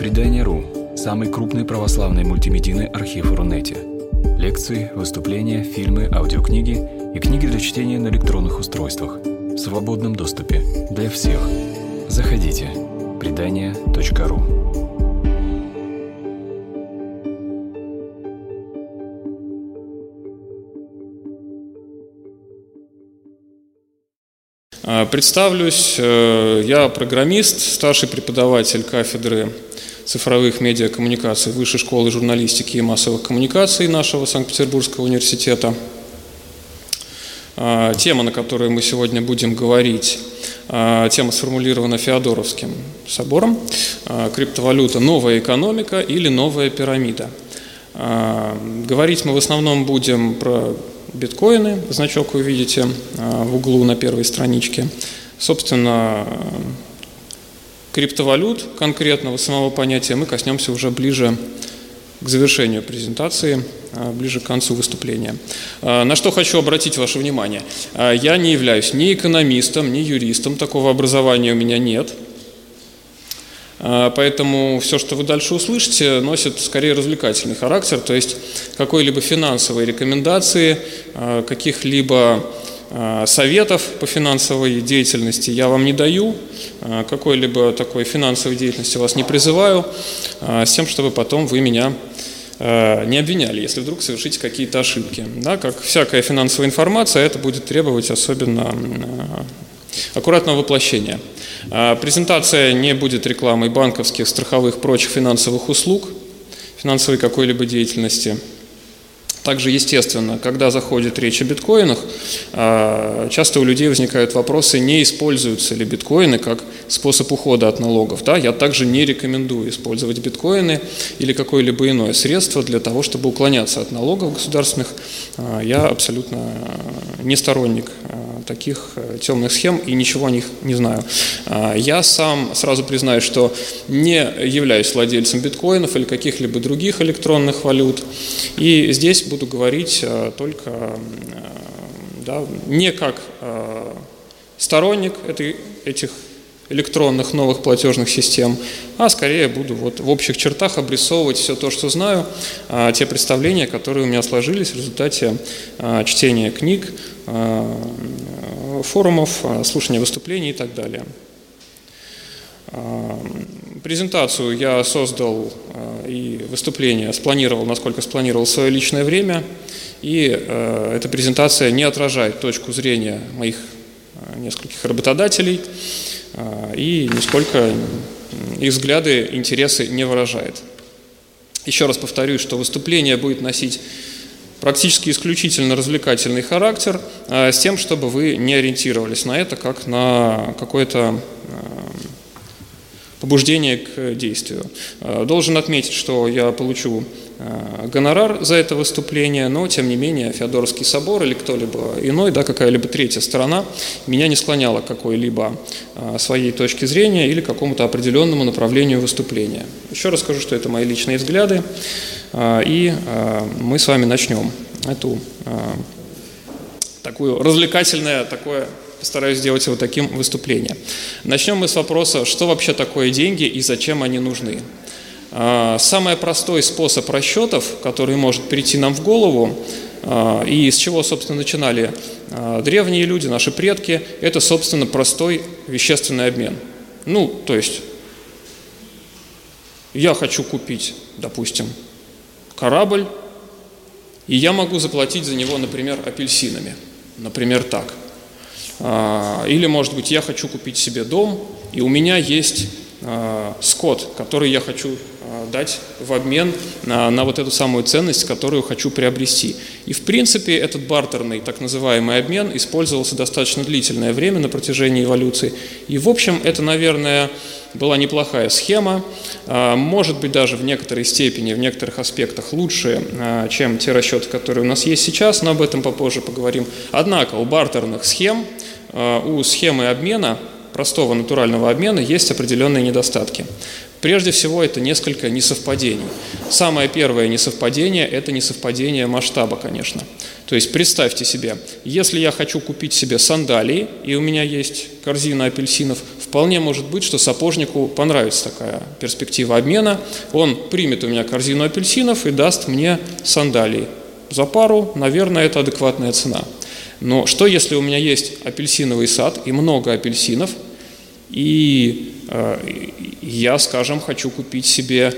Предание.ру – самый крупный православный мультимедийный архив в Рунете. Лекции, выступления, фильмы, аудиокниги и книги для чтения на электронных устройствах в свободном доступе для всех. Заходите. Предание.ру. Представлюсь, я программист, старший преподаватель кафедры цифровых медиакоммуникаций Высшей школы журналистики и массовых коммуникаций нашего Санкт-Петербургского университета. Тема, на которую мы сегодня будем говорить, тема сформулирована Феодоровским собором. Криптовалюта – новая экономика или новая пирамида. Говорить мы в основном будем про биткоины, значок вы видите в углу на первой страничке. Собственно, криптовалют, конкретного самого понятия, мы коснемся уже ближе к завершению презентации, ближе к концу выступления. На что хочу обратить ваше внимание. Я не являюсь ни экономистом, ни юристом, такого образования у меня нет. Поэтому все, что вы дальше услышите, носит скорее развлекательный характер, то есть какой-либо финансовой рекомендации, каких-либо советов по финансовой деятельности я вам не даю, какой-либо такой финансовой деятельности вас не призываю, с тем, чтобы потом вы меня не обвиняли, если вдруг совершите какие-то ошибки. Да, как всякая финансовая информация, это будет требовать особенно аккуратного воплощения. Презентация не будет рекламой банковских, страховых, прочих финансовых услуг, финансовой какой-либо деятельности. Также, естественно, когда заходит речь о биткоинах, часто у людей возникают вопросы, не используются ли биткоины как способ ухода от налогов. Да? Я также не рекомендую использовать биткоины или какое-либо иное средство для того, чтобы уклоняться от налогов государственных. Я абсолютно не сторонник таких темных схем и ничего о них не знаю. Я сам сразу признаю, что не являюсь владельцем биткоинов или каких-либо других электронных валют. И здесь буду говорить только не как сторонник этих электронных новых платежных систем, а скорее буду в общих чертах обрисовывать все то, что знаю, те представления, которые у меня сложились в результате чтения книг, форумов, слушания выступлений и так далее. Презентацию я создал и выступление спланировал, насколько спланировал, в свое личное время, и эта презентация не отражает точку зрения моих нескольких работодателей и нисколько их взгляды, интересы не выражает. Еще раз повторюсь, что выступление будет носить практически исключительно развлекательный характер, с тем, чтобы вы не ориентировались на это как на какое-то побуждение к действию. Должен отметить, что я получу гонорар за это выступление, но, тем не менее, Феодоровский собор или кто-либо иной, какая-либо третья сторона меня не склоняла к какой-либо своей точке зрения или к какому-то определенному направлению выступления. Еще раз скажу, что это мои личные взгляды, и мы с вами начнем эту такую развлекательное, постараюсь сделать его таким выступление. Начнем мы с вопроса, что вообще такое деньги и зачем они нужны. Самый простой способ расчетов, который может прийти нам в голову, и с чего, собственно, начинали древние люди, наши предки, это, собственно, простой вещественный обмен. То есть, я хочу купить, допустим, корабль, и я могу заплатить за него, например, апельсинами. Например, так. Или, может быть, я хочу купить себе дом, и у меня есть скот, который я хочу дать в обмен на вот эту самую ценность, которую хочу приобрести. И, в принципе, этот бартерный, так называемый обмен использовался достаточно длительное время на протяжении эволюции. И, в общем, это, наверное, была неплохая схема, может быть, даже в некоторой степени, в некоторых аспектах лучше, чем те расчеты, которые у нас есть сейчас, но об этом попозже поговорим. Однако у бартерных схем, у схемы обмена, простого натурального обмена, есть определенные недостатки. Прежде всего, это несколько несовпадений. Самое первое несовпадение – это несовпадение масштаба, конечно. То есть представьте себе, если я хочу купить себе сандалии, и у меня есть корзина апельсинов, вполне может быть, что сапожнику понравится такая перспектива обмена. Он примет у меня корзину апельсинов и даст мне сандалии. За пару, наверное, это адекватная цена. Но что, если у меня есть апельсиновый сад и много апельсинов, и я, скажем, хочу купить себе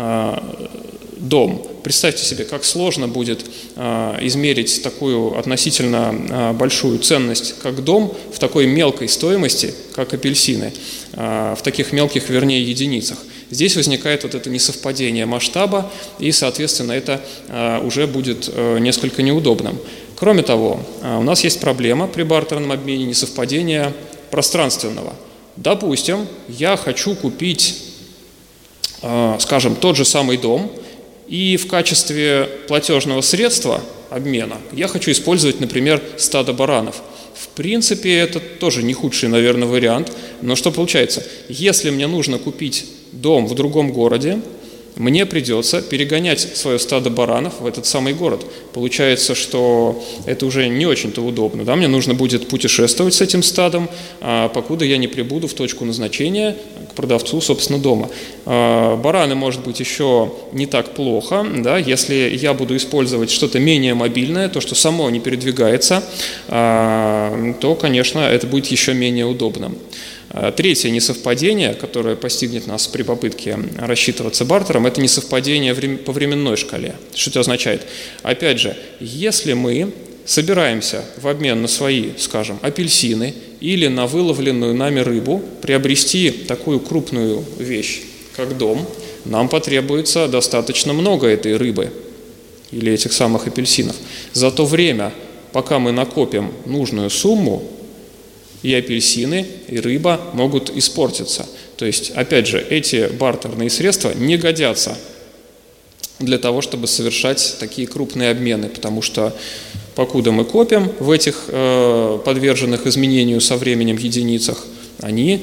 дом? Представьте себе, как сложно будет измерить такую относительно большую ценность, как дом, в такой мелкой стоимости, как апельсины, в таких мелких, вернее, единицах. Здесь возникает вот это несовпадение масштаба, и, соответственно, это уже будет несколько неудобным. Кроме того, у нас есть проблема при бартерном обмене несовпадения пространственного. Допустим, я хочу купить, скажем, тот же самый дом, и в качестве платежного средства обмена я хочу использовать, например, стадо баранов. В принципе, это тоже не худший, наверное, вариант. Но что получается? Если мне нужно купить дом в другом городе, мне придется перегонять свое стадо баранов в этот самый город. Получается, что это уже не очень-то удобно. Да? Мне нужно будет путешествовать с этим стадом, покуда я не прибуду в точку назначения к продавцу, собственно, дома. Бараны, может быть, еще не так плохо, да? Если я буду использовать что-то менее мобильное, то, что само не передвигается, то, конечно, это будет еще менее удобным. Третье несовпадение, которое постигнет нас при попытке рассчитываться бартером, это несовпадение по временной шкале. Что это означает? Опять же, если мы собираемся в обмен на свои, скажем, апельсины или на выловленную нами рыбу приобрести такую крупную вещь, как дом, нам потребуется достаточно много этой рыбы или этих самых апельсинов. За то время, пока мы накопим нужную сумму, и апельсины, и рыба могут испортиться. То есть, опять же, эти бартерные средства не годятся для того, чтобы совершать такие крупные обмены, потому что покуда мы копим в этих подверженных изменению со временем единицах, они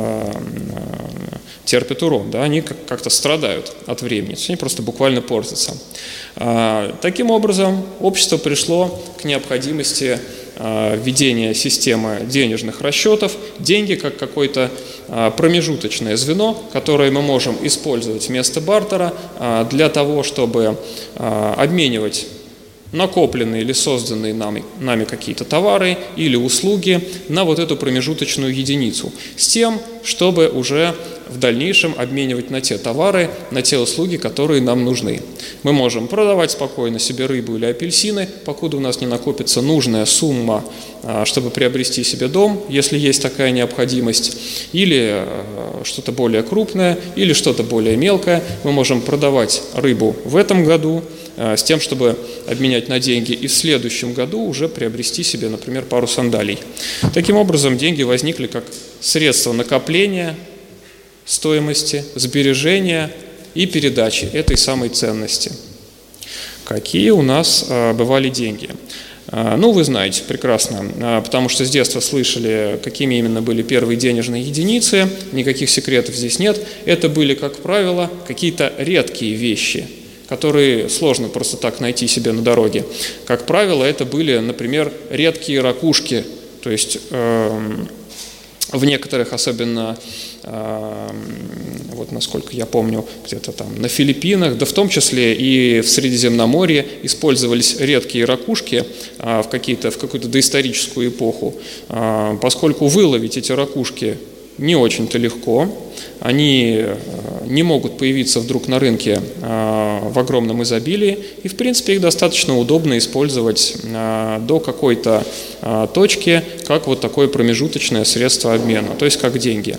терпят урон, да, они как-то страдают от времени, они просто буквально портятся. Таким образом, общество пришло к необходимости введения системы денежных расчетов, деньги как какое-то промежуточное звено, которое мы можем использовать вместо бартера для того, чтобы обменивать накопленные или созданные нами какие-то товары или услуги на вот эту промежуточную единицу, с тем, чтобы уже в дальнейшем обменивать на те товары, на те услуги, которые нам нужны. Мы можем продавать спокойно себе рыбу или апельсины, покуда у нас не накопится нужная сумма, чтобы приобрести себе дом, если есть такая необходимость, или что-то более крупное, или что-то более мелкое. Мы можем продавать рыбу в этом году, с тем, чтобы обменять на деньги и в следующем году уже приобрести себе, например, пару сандалий. Таким образом, деньги возникли как средство накопления стоимости, сбережения и передачи этой самой ценности. Какие у нас бывали деньги? Ну, вы знаете прекрасно, потому что с детства слышали, какими именно были первые денежные единицы, никаких секретов здесь нет. Это были, как правило, какие-то редкие вещи, которые сложно просто так найти себе на дороге. Как правило, это были, например, редкие ракушки, то есть в некоторых, особенно, вот насколько я помню, где-то там на Филиппинах, да в том числе и в Средиземноморье использовались редкие ракушки в какую-то доисторическую эпоху, поскольку выловить эти ракушки не очень-то легко, они не могут появиться вдруг на рынке в огромном изобилии, и, в принципе, их достаточно удобно использовать до какой-то точки, как вот такое промежуточное средство обмена, то есть как деньги.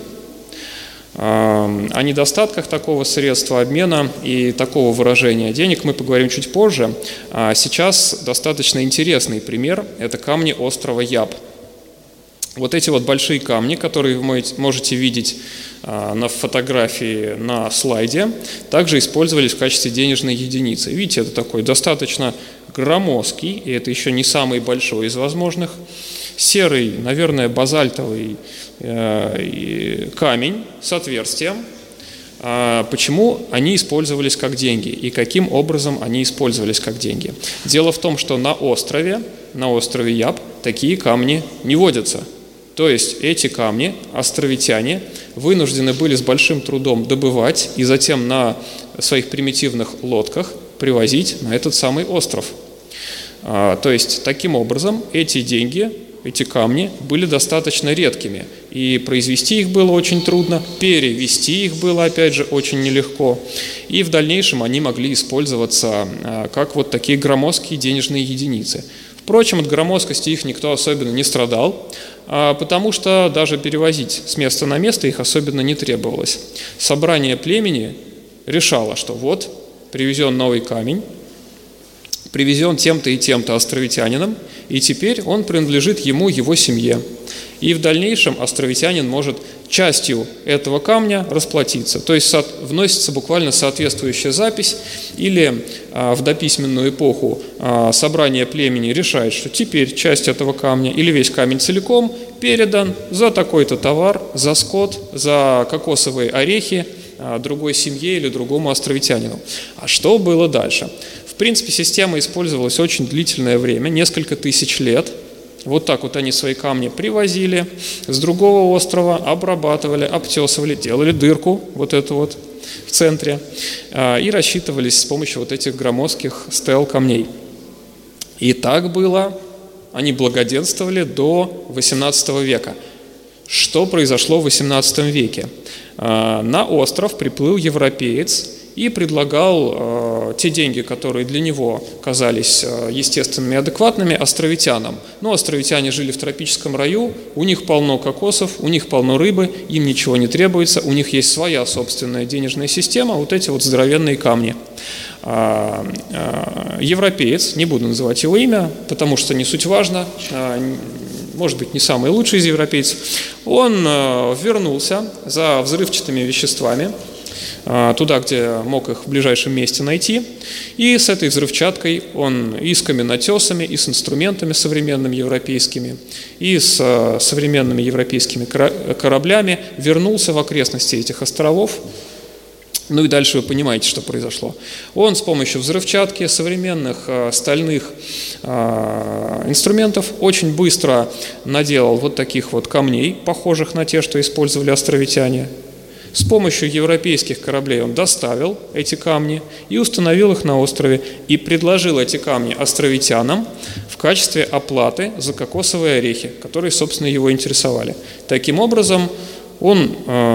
О недостатках такого средства обмена и такого выражения денег мы поговорим чуть позже. Сейчас достаточно интересный пример – это камни острова Яб. Вот эти вот большие камни, которые вы можете видеть на фотографии на слайде, также использовались в качестве денежной единицы. Видите, это такой достаточно громоздкий, и это еще не самый большой из возможных, серый, наверное, базальтовый камень с отверстием. почему они использовались как деньги и каким образом они использовались как деньги. Дело в том, что на острове Яб такие камни не водятся. То есть эти камни островитяне вынуждены были с большим трудом добывать и затем на своих примитивных лодках привозить на этот самый остров. То есть таким образом эти деньги, эти камни были достаточно редкими, и произвести их было очень трудно, перевести их было, опять же, очень нелегко, и в дальнейшем они могли использоваться как вот такие громоздкие денежные единицы. Впрочем, от громоздкости их никто особенно не страдал, потому что даже перевозить с места на место их особенно не требовалось. Собрание племени решало, что вот привезен новый камень, привезен тем-то и тем-то островитянином, и теперь он принадлежит ему, его семье. И в дальнейшем островитянин может частью этого камня расплатиться. То есть вносится буквально соответствующая запись, или в дописьменную эпоху собрание племени решает, что теперь часть этого камня или весь камень целиком передан за такой-то товар, за скот, за кокосовые орехи другой семье или другому островитянину. А что было дальше? В принципе, система использовалась очень длительное время, несколько тысяч лет. Вот так вот они свои камни привозили с другого острова, обрабатывали, обтесывали, делали дырку вот эту вот в центре и рассчитывались с помощью вот этих громоздких стел камней. И так было, они благоденствовали до XVIII века. Что произошло в XVIII веке? На остров приплыл европеец и предлагал те деньги, которые для него казались естественными и адекватными, островитянам. Но островитяне жили в тропическом раю, у них полно кокосов, у них полно рыбы, им ничего не требуется, у них есть своя собственная денежная система, вот эти вот здоровенные камни. Европеец, не буду называть его имя, потому что не суть важно, может быть, не самый лучший из европейцев, он вернулся за взрывчатыми веществами, туда, где мог их в ближайшем месте найти, и с этой взрывчаткой он и с каменотесами, и с инструментами современными европейскими, и с современными европейскими кораблями вернулся в окрестности этих островов. Ну и дальше вы понимаете, что произошло. Он с помощью взрывчатки, современных стальных инструментов очень быстро наделал вот таких вот камней, похожих на те, что использовали островитяне. С помощью европейских кораблей он доставил эти камни и установил их на острове, и предложил эти камни островитянам в качестве оплаты за кокосовые орехи, которые, собственно, его интересовали. Таким образом, он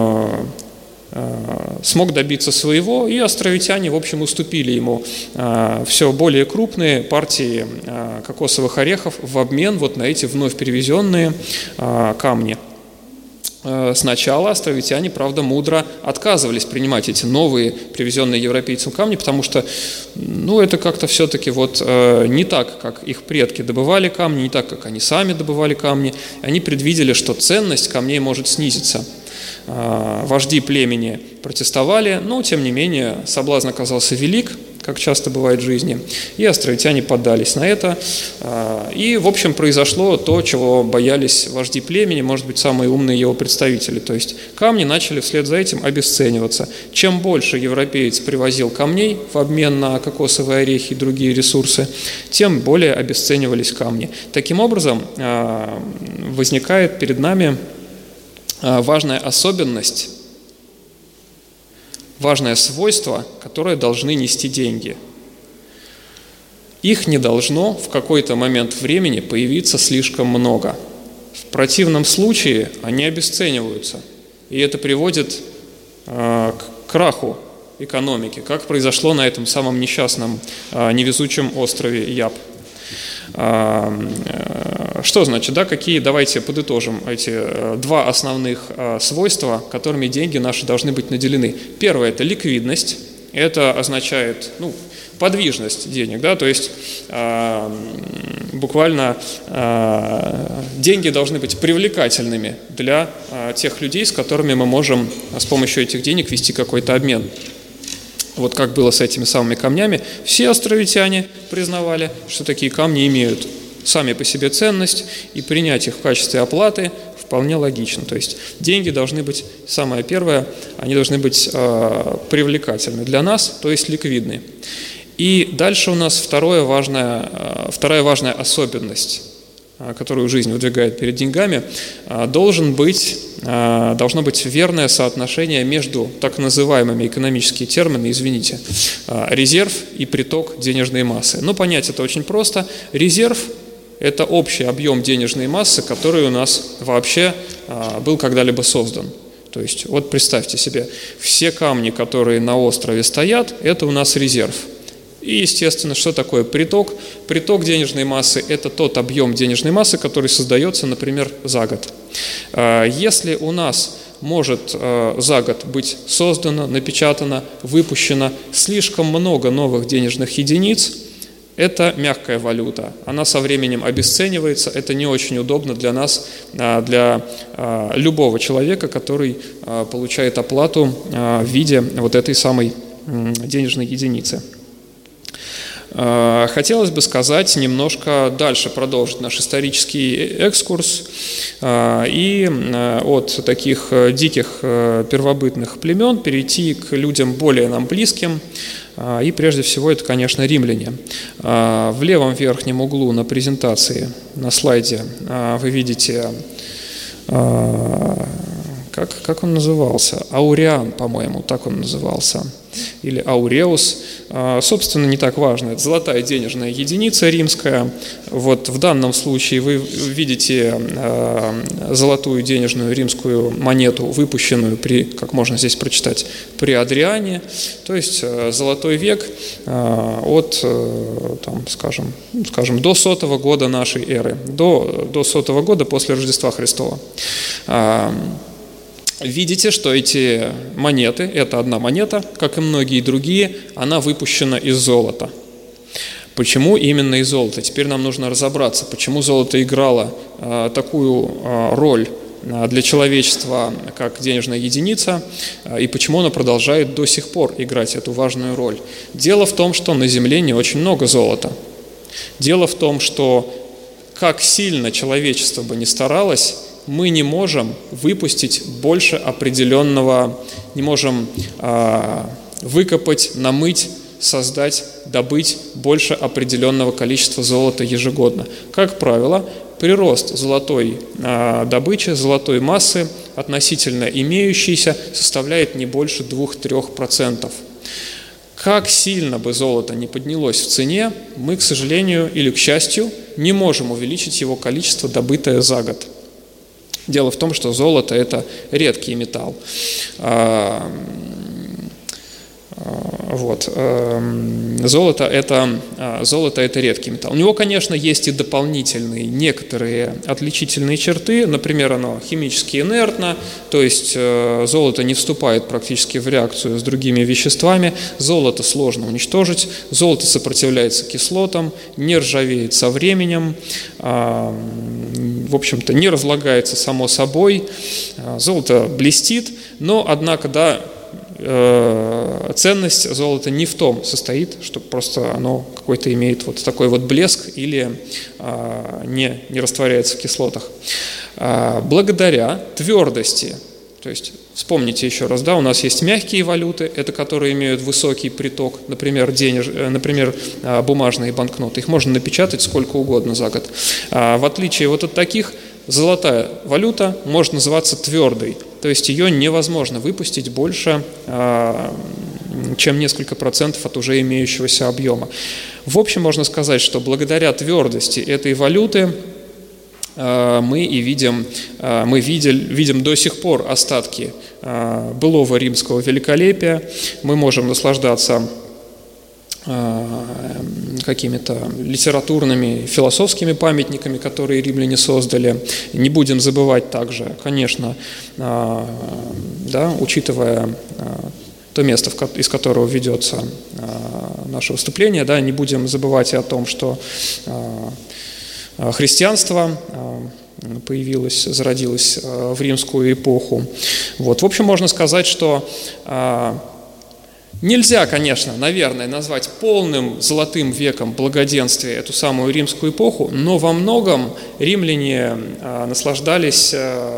смог добиться своего, и островитяне, в общем, уступили ему все более крупные партии кокосовых орехов в обмен вот на эти вновь перевезенные камни. Сначала островитяне, правда, мудро отказывались принимать эти новые, привезенные европейцам камни, потому что, это как-то все-таки вот не так, как их предки добывали камни, не так, как они сами добывали камни. Они предвидели, что ценность камней может снизиться. Вожди племени протестовали, но, тем не менее, соблазн оказался велик, как часто бывает в жизни, и островитяне поддались на это. И, в общем, произошло то, чего боялись вожди племени, может быть, самые умные его представители. То есть камни начали вслед за этим обесцениваться. Чем больше европеец привозил камней в обмен на кокосовые орехи и другие ресурсы, тем более обесценивались камни. Таким образом, возникает перед нами важная особенность, важное свойство, которое должны нести деньги. Их не должно в какой-то момент времени появиться слишком много. В противном случае они обесцениваются. И это приводит к краху экономики, как произошло на этом самом несчастном, невезучем острове Яб. Что значит, давайте подытожим эти два основных свойства, которыми деньги наши должны быть наделены. Первое – это ликвидность, это означает подвижность денег, то есть буквально деньги должны быть привлекательными для тех людей, с которыми мы можем с помощью этих денег вести какой-то обмен. Вот как было с этими самыми камнями, все островитяне признавали, что такие камни имеют сами по себе ценность, и принять их в качестве оплаты вполне логично. То есть деньги должны быть, самое первое, они должны быть привлекательны для нас, то есть ликвидны. И дальше у нас вторая важная особенность, которую жизнь выдвигает перед деньгами, должно быть верное соотношение между так называемыми экономическими терминами, резерв и приток денежной массы. Но понять это очень просто. Резерв – это общий объем денежной массы, который у нас вообще был когда-либо создан. То есть вот представьте себе, все камни, которые на острове стоят, это у нас резерв. И, естественно, что такое приток? Приток денежной массы – это тот объем денежной массы, который создается, например, за год. Если у нас может за год быть создано, напечатано, выпущено слишком много новых денежных единиц, это мягкая валюта. Она со временем обесценивается, это не очень удобно для нас, для любого человека, который получает оплату в виде вот этой самой денежной единицы. Хотелось бы сказать, немножко дальше продолжить наш исторический экскурс и от таких диких первобытных племен перейти к людям более нам близким. И прежде всего это, конечно, римляне. В левом верхнем углу на презентации, на слайде, вы видите, как он назывался? Ауреан, по-моему, так он назывался. Или Ауреус. Собственно, не так важно. Это золотая денежная единица римская. Вот в данном случае вы видите золотую денежную римскую монету, выпущенную как можно здесь прочитать, при Адриане. То есть золотой век от, скажем, до 100 года нашей эры, до 100 года после Рождества Христова. Видите, что эти монеты, это одна монета, как и многие другие, она выпущена из золота. Почему именно из золота? Теперь нам нужно разобраться, почему золото играло такую роль для человечества, как денежная единица, и почему оно продолжает до сих пор играть эту важную роль. Дело в том, что на Земле не очень много золота. Дело в том, что как сильно человечество бы ни старалось, мы не можем выпустить больше определенного, не можем выкопать, намыть, создать, добыть больше определенного количества золота ежегодно. Как правило, прирост золотой добычи, золотой массы относительно имеющейся составляет не больше 2-3%. Как сильно бы золото не поднялось в цене, мы, к сожалению или к счастью, не можем увеличить его количество, добытое за год. Дело в том, что золото – это редкий металл. Золото – это редкий металл. У него, конечно, есть и дополнительные некоторые отличительные черты. Например, оно химически инертно, то есть золото не вступает практически в реакцию с другими веществами. Золото сложно уничтожить. Золото сопротивляется кислотам, не ржавеет со временем, в общем-то, не разлагается само собой. Золото блестит, но, однако, ценность золота не в том состоит, что просто оно какой-то имеет вот такой вот блеск или не растворяется в кислотах. Благодаря твердости, то есть вспомните еще раз, у нас есть мягкие валюты, это которые имеют высокий приток, например, бумажные банкноты, их можно напечатать сколько угодно за год. В отличие вот от таких, золотая валюта может называться твердой, то есть ее невозможно выпустить больше, чем несколько процентов от уже имеющегося объема. В общем, можно сказать, что благодаря твердости этой валюты мы видим до сих пор остатки былого римского великолепия, мы можем наслаждаться какими-то литературными, философскими памятниками, которые римляне создали. Не будем забывать также, конечно, учитывая то место, из которого ведется наше выступление, не будем забывать и о том, что христианство зародилось в римскую эпоху. В общем, можно сказать, что Нельзя, конечно, наверное, назвать полным золотым веком благоденствия эту самую римскую эпоху, но во многом римляне наслаждались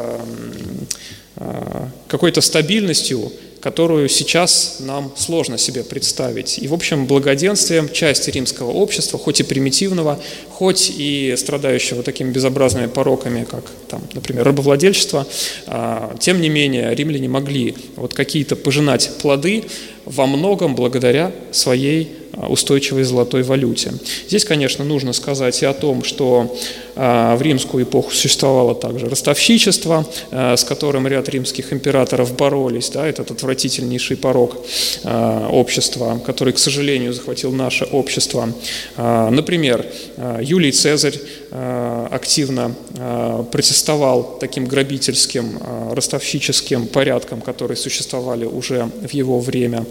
какой-то стабильностью, которую сейчас нам сложно себе представить. И, в общем, благоденствием части римского общества, хоть и примитивного, хоть и страдающего такими безобразными пороками, как, например, рабовладельчество, тем не менее римляне могли какие-то пожинать плоды во многом благодаря своей устойчивой золотой валюте. Здесь, конечно, нужно сказать и о том, что в римскую эпоху существовало также ростовщичество, с которым ряд римских императоров боролись, этот отвратительнейший порок общества, который, к сожалению, захватил наше общество. Например, Юлий Цезарь активно протестовал таким грабительским, ростовщическим порядкам, которые существовали уже в его время.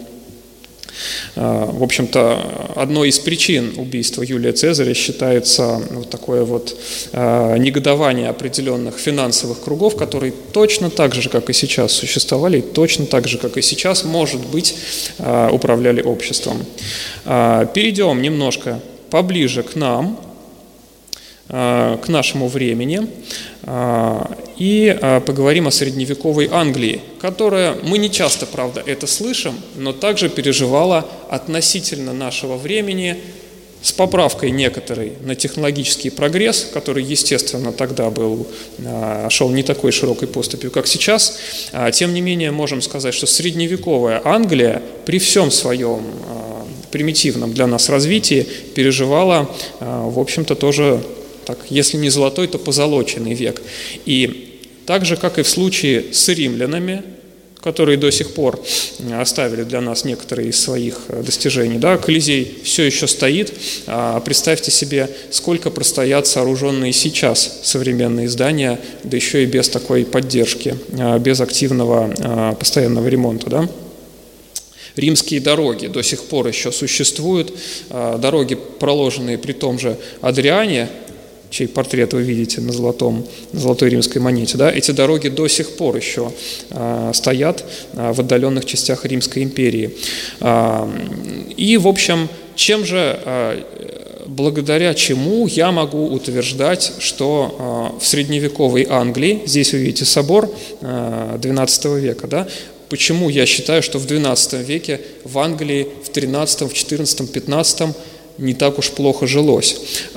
В общем-то, одной из причин убийства Юлия Цезаря считается такое негодование определенных финансовых кругов, которые точно так же, как и сейчас, существовали, и точно так же, как и сейчас, может быть, управляли обществом. Перейдем немножко поближе к нам, к нашему времени, и поговорим о средневековой Англии, которая, мы не часто, правда, это слышим, но также переживала относительно нашего времени с поправкой некоторой на технологический прогресс, который, естественно, тогда шел не такой широкой поступью, как сейчас. Тем не менее, можем сказать, что средневековая Англия при всем своем примитивном для нас развитии переживала, в общем-то, тоже так, если не золотой, то позолоченный век. И так же, как и в случае с римлянами, которые до сих пор оставили для нас некоторые из своих достижений, Колизей все еще стоит. Представьте себе, сколько простоят сооруженные сейчас современные здания, да еще и без такой поддержки, без активного постоянного ремонта, Римские дороги до сих пор еще существуют, дороги, проложенные при том же Адриане, чей портрет вы видите на золотой римской монете, эти дороги до сих пор еще стоят в отдаленных частях Римской империи. И, в общем, благодаря чему я могу утверждать, что в средневековой Англии, здесь вы видите собор XII века, почему я считаю, что в XII веке в Англии в XIII, в XIV, XV не так уж плохо жилось.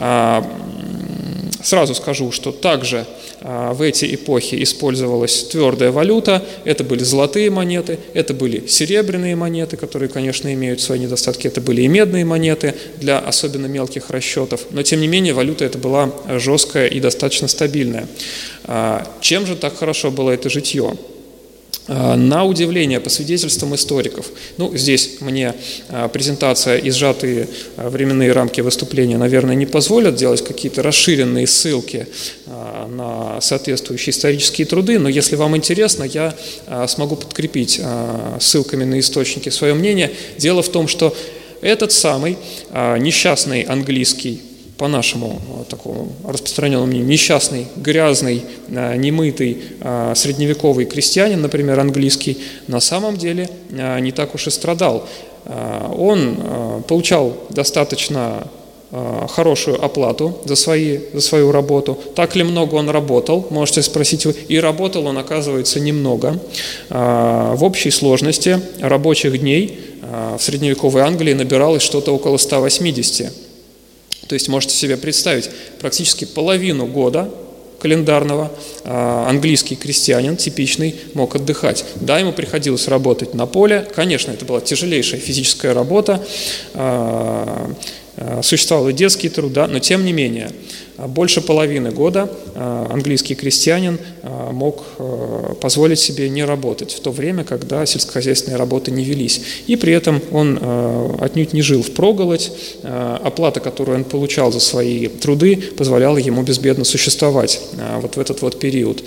Сразу скажу, что также в эти эпохи использовалась твердая валюта, это были золотые монеты, это были серебряные монеты, которые, конечно, имеют свои недостатки, это были и медные монеты для особенно мелких расчетов, но, тем не менее, валюта эта была жесткая и достаточно стабильная. Чем же так хорошо было это житье? На удивление, по свидетельствам историков, здесь мне презентация и сжатые временные рамки выступления, наверное, не позволят делать какие-то расширенные ссылки на соответствующие исторические труды, но если вам интересно, я смогу подкрепить ссылками на источники свое мнение. Дело в том, что этот самый несчастный английский, по нашему такому распространенному мнению, несчастный, грязный, немытый средневековый крестьянин, например, английский, на самом деле не так уж и страдал. Он получал достаточно хорошую оплату за свою работу. Так ли много он работал, можете спросить вы. И работал он, оказывается, немного. В общей сложности рабочих дней в средневековой Англии набиралось что-то около 180. То есть можете себе представить, практически половину года календарного английский крестьянин типичный мог отдыхать. Да, ему приходилось работать на поле, конечно, это была тяжелейшая физическая работа, существовал и детский труд, но тем не менее, больше половины года английский крестьянин мог позволить себе не работать в то время, когда сельскохозяйственные работы не велись. И при этом он отнюдь не жил впроголодь. Оплата, которую он получал за свои труды, позволяла ему безбедно существовать в этот период.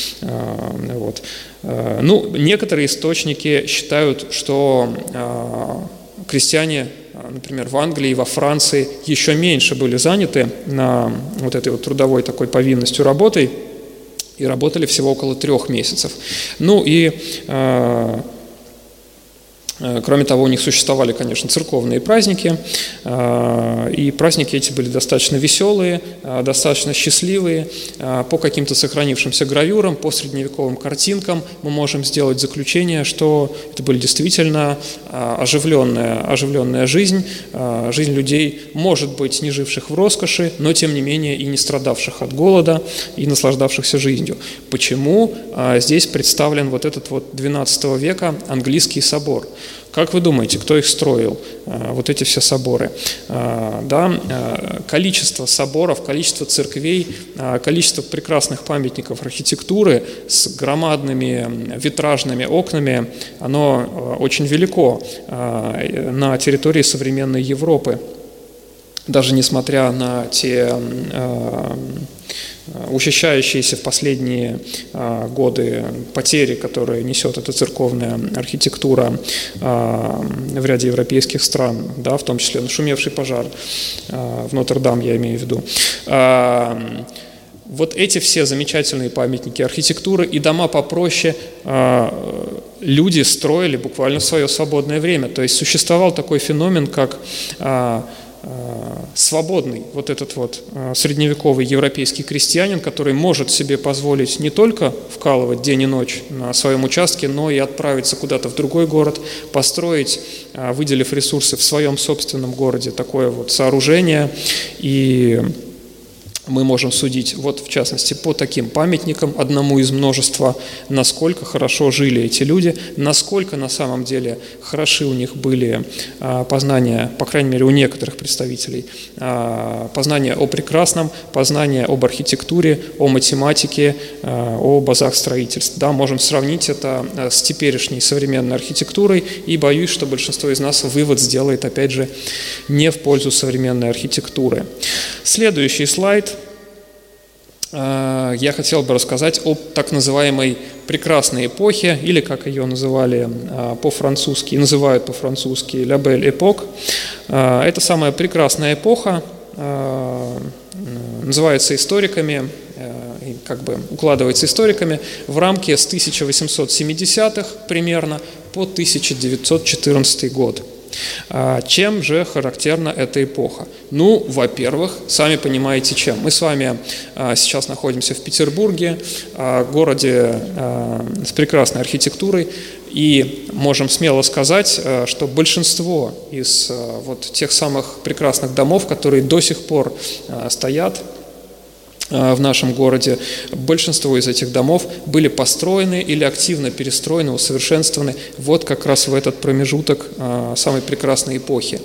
Некоторые источники считают, что крестьяне, например, в Англии и во Франции еще меньше были заняты на этой трудовой такой повинностью работой и работали всего около 3 месяцев. Кроме того, у них существовали, конечно, церковные праздники, и праздники эти были достаточно веселые, достаточно счастливые. По каким-то сохранившимся гравюрам, по средневековым картинкам мы можем сделать заключение, что это были действительно оживленная жизнь, жизнь людей, может быть, не живших в роскоши, но, тем не менее, и не страдавших от голода, и наслаждавшихся жизнью. Почему здесь представлен вот этот вот XII века английский собор? Как вы думаете, кто их строил, вот эти все соборы? Количество соборов, количество церквей, количество прекрасных памятников архитектуры с громадными витражными окнами, оно очень велико на территории современной Европы. Даже несмотря на те учащающиеся в последние годы потери, которые несет эта церковная архитектура в ряде европейских стран, да, в том числе нашумевший пожар в Нотр-Дам, я имею в виду. Вот эти все замечательные памятники архитектуры и дома попроще люди строили буквально в свое свободное время. То есть существовал такой феномен, как свободный вот этот вот средневековый европейский крестьянин, который может себе позволить не только вкалывать день и ночь на своем участке, но и отправиться куда-то в другой город, построить, выделив ресурсы в своем собственном городе, такое вот сооружение. И мы можем судить, вот в частности, по таким памятникам, одному из множества, насколько хорошо жили эти люди, насколько на самом деле хороши у них были познания, по крайней мере, у некоторых представителей, познания о прекрасном, познания об архитектуре, о математике, о базах строительств. Да, можем сравнить это с теперешней современной архитектурой, и боюсь, что большинство из нас вывод сделает, опять же, не в пользу современной архитектуры. Следующий слайд. Я хотел бы рассказать о так называемой прекрасной эпохе, или, как ее называли по-французски, называют по-французски «La Belle Époque». Это самая прекрасная эпоха, называется историками, как бы укладывается историками в рамки с 1870-х примерно по 1914 год. Чем же характерна эта эпоха? Ну, во-первых, сами понимаете, чем. Мы с вами сейчас находимся в Петербурге, городе с прекрасной архитектурой, и можем смело сказать, что большинство из вот тех самых прекрасных домов, которые до сих пор стоят в нашем городе, большинство из этих домов были построены или активно перестроены, усовершенствованы вот как раз в этот промежуток самой прекрасной эпохи.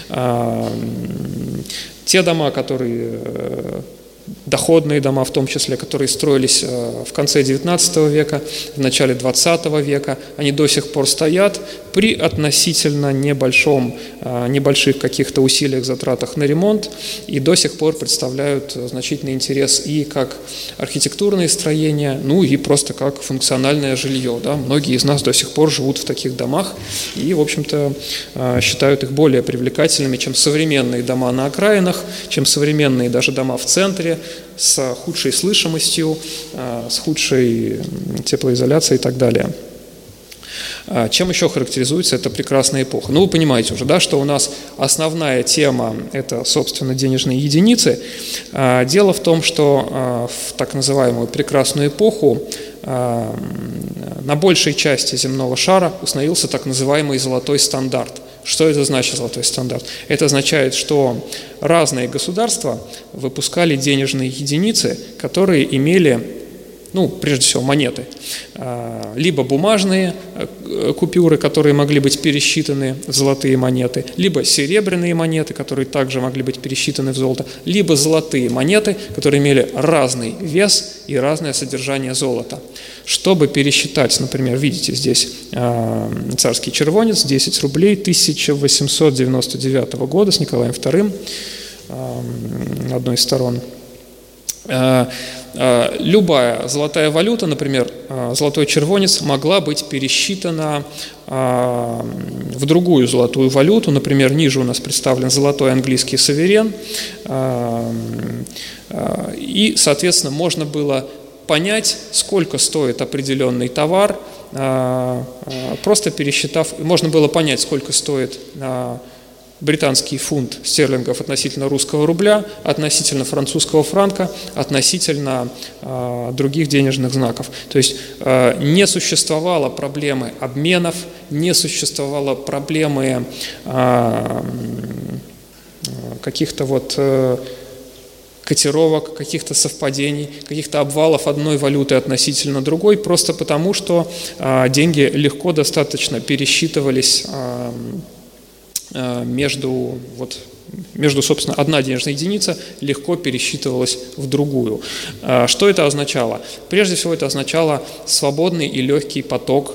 Те дома, которые доходные дома, в том числе, которые строились в конце XIX века, в начале XX века, они до сих пор стоят при относительно небольших каких-то усилиях, затратах на ремонт, и до сих пор представляют значительный интерес и как архитектурные строения, ну и просто как функциональное жилье. Да? Многие из нас до сих пор живут в таких домах и, в общем-то, считают их более привлекательными, чем современные дома на окраинах, чем современные даже дома в центре, с худшей слышимостью, с худшей теплоизоляцией и так далее. Чем еще характеризуется эта прекрасная эпоха? Ну, вы понимаете уже, да, что у нас основная тема – это, собственно, денежные единицы. Дело в том, что в так называемую прекрасную эпоху на большей части земного шара установился так называемый золотой стандарт. Что это значит, золотой стандарт? Это означает, что разные государства выпускали денежные единицы, которые имели, ну, прежде всего, монеты, либо бумажные купюры, которые могли быть пересчитаны в золотые монеты, либо серебряные монеты, которые также могли быть пересчитаны в золото, либо золотые монеты, которые имели разный вес и разное содержание золота. Чтобы пересчитать, например, видите здесь царский червонец, 10 рублей 1899 года с Николаем II, одной из сторон. Любая золотая валюта, например, золотой червонец, могла быть пересчитана в другую золотую валюту. Например, ниже у нас представлен золотой английский суверен. И, соответственно, можно было понять, сколько стоит определенный товар просто пересчитав, можно было понять, сколько стоит британский фунт стерлингов относительно русского рубля, относительно французского франка, относительно других денежных знаков. То есть не существовало проблемы обменов, не существовало проблемы каких-то вот котировок, каких-то совпадений, каких-то обвалов одной валюты относительно другой, просто потому, что деньги легко достаточно пересчитывались между, собственно, одна денежная единица легко пересчитывалась в другую. Что это означало? Прежде всего, это означало свободный и легкий поток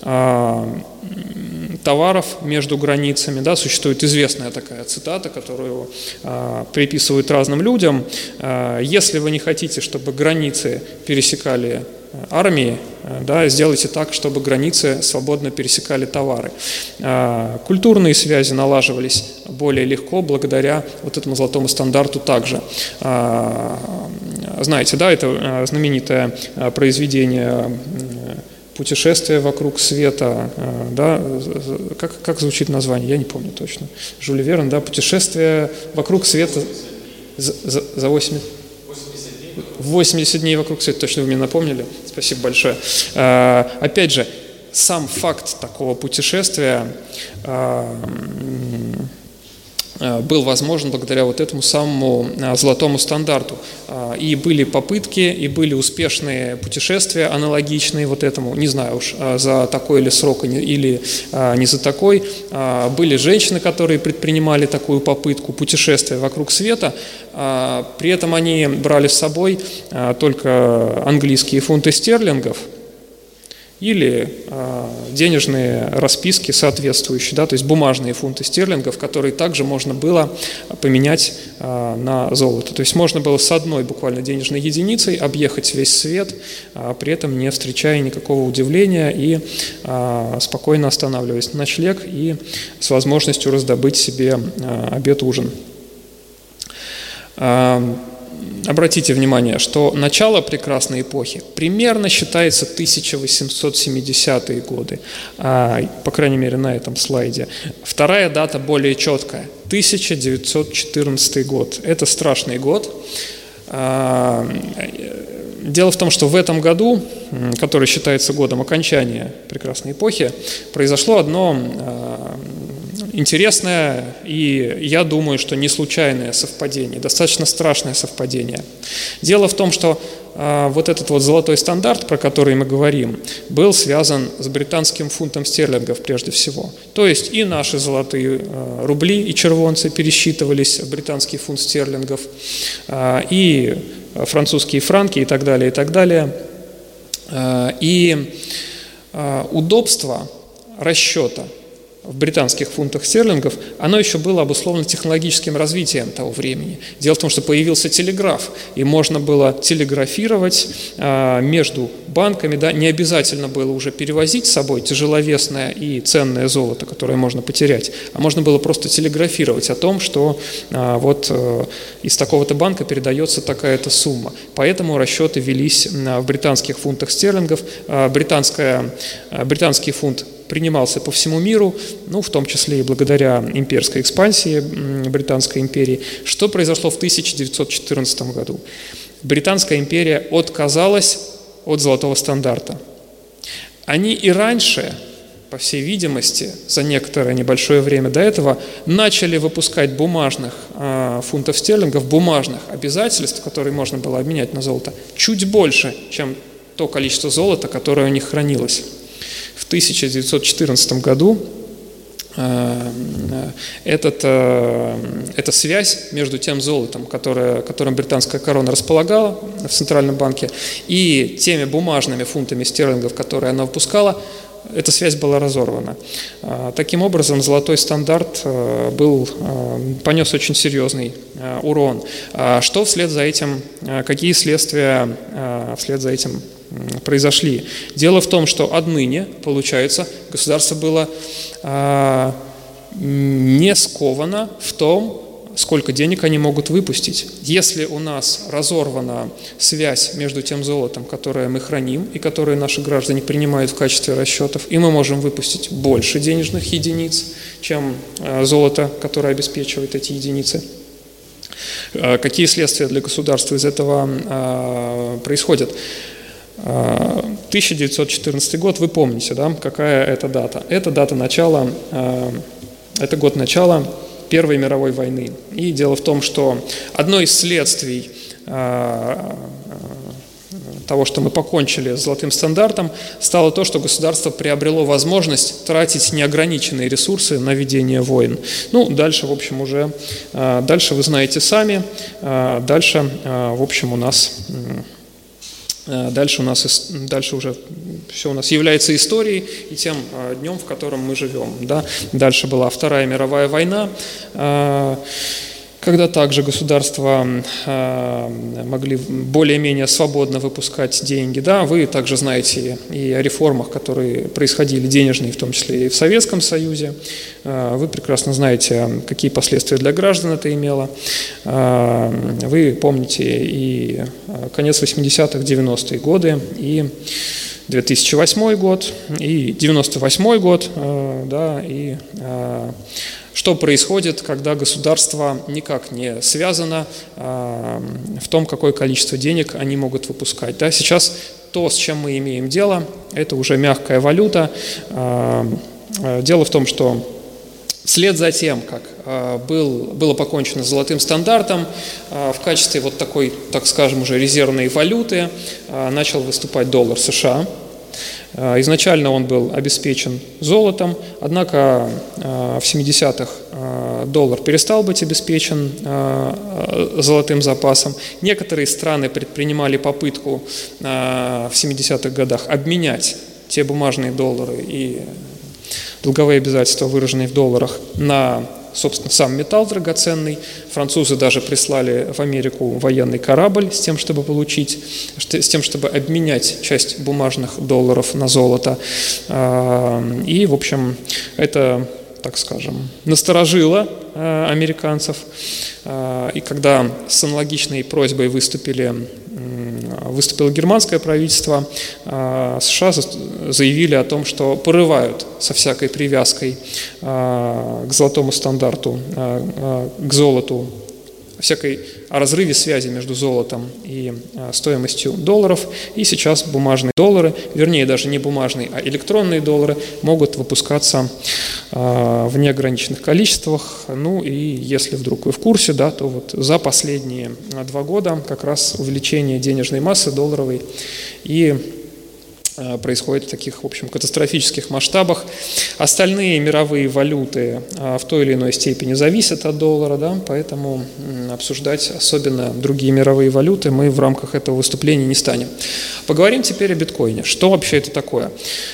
товаров между границами. Да, существует известная такая цитата, которую приписывают разным людям. Если вы не хотите, чтобы границы пересекали армии, да, сделайте так, чтобы границы свободно пересекали товары. Культурные связи налаживались более легко благодаря вот этому золотому стандарту также. Знаете, да, это знаменитое произведение «Путешествие вокруг света», да, как звучит название, я не помню точно. Жюль Верн, да, «Путешествие вокруг света» за 80 дней вокруг света, точно вы мне напомнили, спасибо большое. Опять же, сам факт такого путешествия был возможен благодаря вот этому самому золотому стандарту. И были попытки, и были успешные путешествия, аналогичные вот этому, не знаю уж, за такой ли срок или не за такой. Были женщины, которые предпринимали такую попытку путешествия вокруг света, при этом они брали с собой только английские фунты стерлингов, или денежные расписки соответствующие, да, то есть бумажные фунты стерлингов, которые также можно было поменять на золото. То есть можно было с одной буквально денежной единицей объехать весь свет, при этом не встречая никакого удивления и спокойно останавливаясь на ночлег и с возможностью раздобыть себе обед-ужин. Обратите внимание, что начало прекрасной эпохи примерно считается 1870-е годы, по крайней мере на этом слайде. Вторая дата более четкая – 1914 год. Это страшный год. Дело в том, что в этом году, который считается годом окончания прекрасной эпохи, произошло одно интересное и, я думаю, что не случайное совпадение, достаточно страшное совпадение. Дело в том, что вот этот вот золотой стандарт, про который мы говорим, был связан с британским фунтом стерлингов прежде всего. То есть и наши золотые рубли и червонцы пересчитывались в британский фунт стерлингов, и французские франки и так далее, и так далее. И удобство расчета в британских фунтах стерлингов, оно еще было обусловлено технологическим развитием того времени. Дело в том, что появился телеграф, и можно было телеграфировать между банками, да, не обязательно было уже перевозить с собой тяжеловесное и ценное золото, которое можно потерять, а можно было просто телеграфировать о том, что вот из такого-то банка передается такая-то сумма. Поэтому расчеты велись в британских фунтах стерлингов. Британский фунт принимался по всему миру, ну, в том числе и благодаря имперской экспансии Британской империи. Что произошло в 1914 году? Британская империя отказалась от золотого стандарта. Они и раньше, по всей видимости, за некоторое небольшое время до этого, начали выпускать бумажных фунтов стерлингов, бумажных обязательств, которые можно было обменять на золото, чуть больше, чем то количество золота, которое у них хранилось. В 1914 году эта связь между тем золотом, которым британская корона располагала в Центральном банке, и теми бумажными фунтами стерлингов, которые она выпускала, эта связь была разорвана. Таким образом, золотой стандарт понес очень серьезный урон. Что вслед за этим, какие следствия вслед за этим произошли? Дело в том, что отныне, получается, государство было не сковано в том, сколько денег они могут выпустить. Если у нас разорвана связь между тем золотом, которое мы храним и которое наши граждане принимают в качестве расчетов, и мы можем выпустить больше денежных единиц, чем золото, которое обеспечивает эти единицы, какие следствия для государства из этого происходят? 1914 год, вы помните, да, какая это дата? Это дата начала, это год начала Первой мировой войны. И дело в том, что одно из следствий того, что мы покончили с золотым стандартом, стало то, что государство приобрело возможность тратить неограниченные ресурсы на ведение войн. Ну, дальше, в общем, уже, дальше вы знаете сами, дальше, в общем, дальше уже все у нас является историей и тем днем, в котором мы живем. Да? Дальше была Вторая мировая война, когда также государства могли более-менее свободно выпускать деньги. Да? Вы также знаете и о реформах, которые происходили денежные, в том числе и в Советском Союзе. Вы прекрасно знаете, какие последствия для граждан это имело. Вы помните и конец 80-х, 90-е годы, и 2008 год, и 98 год, да, и что происходит, когда государство никак не связано в том, какое количество денег они могут выпускать. Да? Сейчас то, с чем мы имеем дело, это уже мягкая валюта. Дело в том, что вслед за тем, как было покончено с золотым стандартом, в качестве вот такой, так скажем, уже резервной валюты начал выступать доллар США. Изначально он был обеспечен золотом, однако в 70-х доллар перестал быть обеспечен золотым запасом. Некоторые страны предпринимали попытку в 70-х годах обменять те бумажные доллары и долговые обязательства, выраженные в долларах, на, собственно, сам металл драгоценный. Французы даже прислали в Америку военный корабль с тем, чтобы обменять часть бумажных долларов на золото. И, в общем, это, так скажем, насторожило американцев. И когда с аналогичной просьбой выступило германское правительство, США заявили о том, что порывают со всякой привязкой к золотому стандарту, к золоту, о разрыве связи между золотом и стоимостью долларов. И сейчас бумажные доллары, вернее, даже не бумажные, а электронные доллары могут выпускаться в неограниченных количествах. Ну и если вдруг вы в курсе, да, то вот за последние 2 года как раз увеличение денежной массы долларовой и происходит в таких, в общем, катастрофических масштабах. Остальные мировые валюты в той или иной степени зависят от доллара, да, поэтому обсуждать особенно другие мировые валюты мы в рамках этого выступления не станем. Поговорим теперь о биткоине. Что вообще это такое?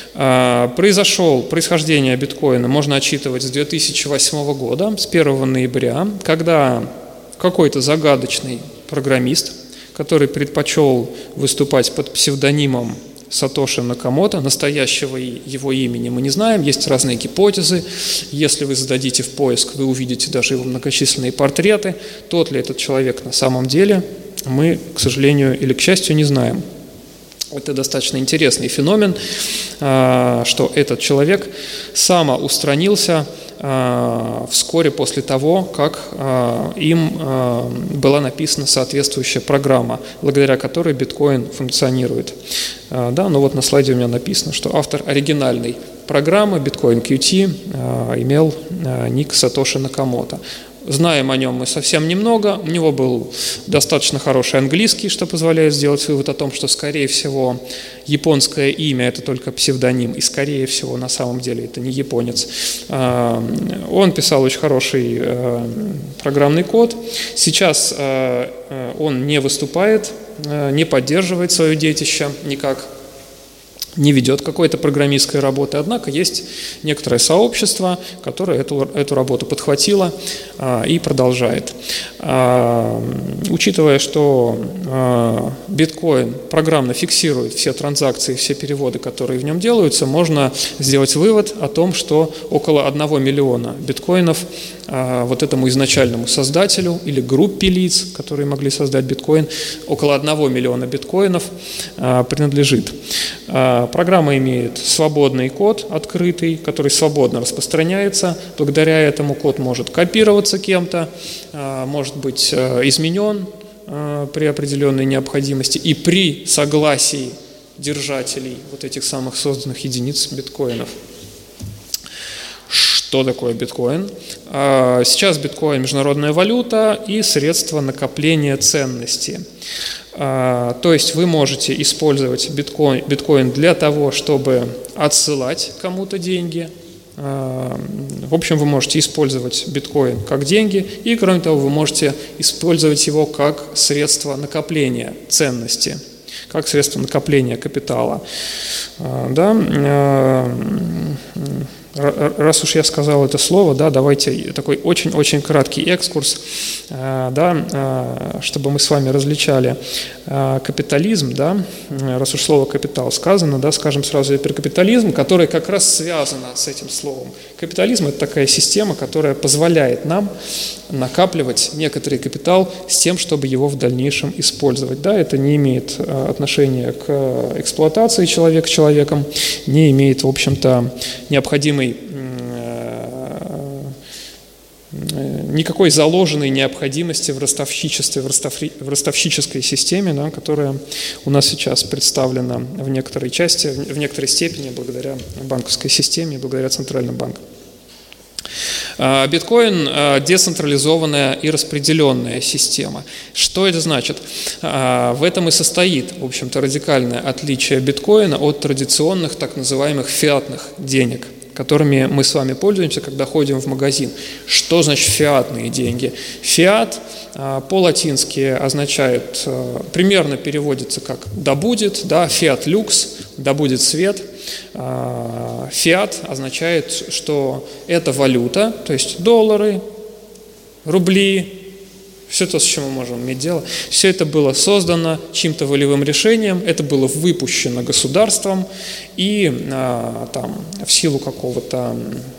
Происхождение биткоина можно отчитывать с 2008 года, с 1 ноября, когда какой-то загадочный программист, который предпочел выступать под псевдонимом Сатоши Накамото, настоящего его имени мы не знаем, есть разные гипотезы. Если вы зададите в поиск, вы увидите даже его многочисленные портреты. Тот ли этот человек на самом деле, мы, к сожалению или к счастью, не знаем. Это достаточно интересный феномен, что этот человек самоустранился вскоре после того, как им была написана соответствующая программа, благодаря которой биткоин функционирует. Да, ну вот на слайде у меня написано, что автор оригинальной программы Bitcoin QT имел ник Сатоши Накамото. Знаем о нем мы совсем немного. У него был достаточно хороший английский, что позволяет сделать вывод о том, что, скорее всего, японское имя – это только псевдоним, и, скорее всего, на самом деле это не японец. Он писал очень хороший программный код. Сейчас он не выступает, не поддерживает свое детище никак. не ведет какой-то программистской работы, однако есть некоторое сообщество, которое эту работу подхватило и продолжает. Учитывая, что биткоин программно фиксирует все транзакции, все переводы, которые в нем делаются, можно сделать вывод о том, что около 1 миллиона биткоинов вот этому изначальному создателю или группе лиц, которые могли создать биткоин, около 1 миллиона биткоинов принадлежит. Программа имеет свободный код, открытый, который свободно распространяется. Благодаря этому код может копироваться кем-то, может быть изменен при определенной необходимости и при согласии держателей вот этих самых созданных единиц биткоинов. Что такое биткоин? Сейчас биткоин – международная валюта и средство накопления ценности. То есть вы можете использовать биткоин для того, чтобы отсылать кому-то деньги. В общем, вы можете использовать биткоин как деньги, и, кроме того, вы можете использовать его как средство накопления ценности, как средство накопления капитала. Да? Раз уж я сказал это слово, да, давайте такой очень-очень краткий экскурс, да, чтобы мы с вами различали капитализм, да, раз уж слово «капитал» сказано, да, скажем сразу про капитализм, который как раз связано с этим словом. Капитализм – это такая система, которая позволяет нам накапливать некоторый капитал с тем, чтобы его в дальнейшем использовать. Да, это не имеет отношения к эксплуатации человека человеком, не имеет, в общем-то, никакой заложенной необходимости в ростовщичестве, в ростовщической системе, да, которая у нас сейчас представлена в некоторой части, в некоторой степени благодаря банковской системе, благодаря центральным банкам. Биткоин – децентрализованная и распределенная система. Что это значит? В этом и состоит, в общем-то, радикальное отличие биткоина от традиционных так называемых фиатных денег, которыми мы с вами пользуемся, когда ходим в магазин. Что значит фиатные деньги? Фиат по-латински означает, примерно переводится как «да будет», да, «фиат люкс», «да будет свет». Фиат означает, что это валюта, то есть доллары, рубли, все то, с чем мы можем иметь дело, все это было создано чьим-то волевым решением, это было выпущено государством, и в силу какого-то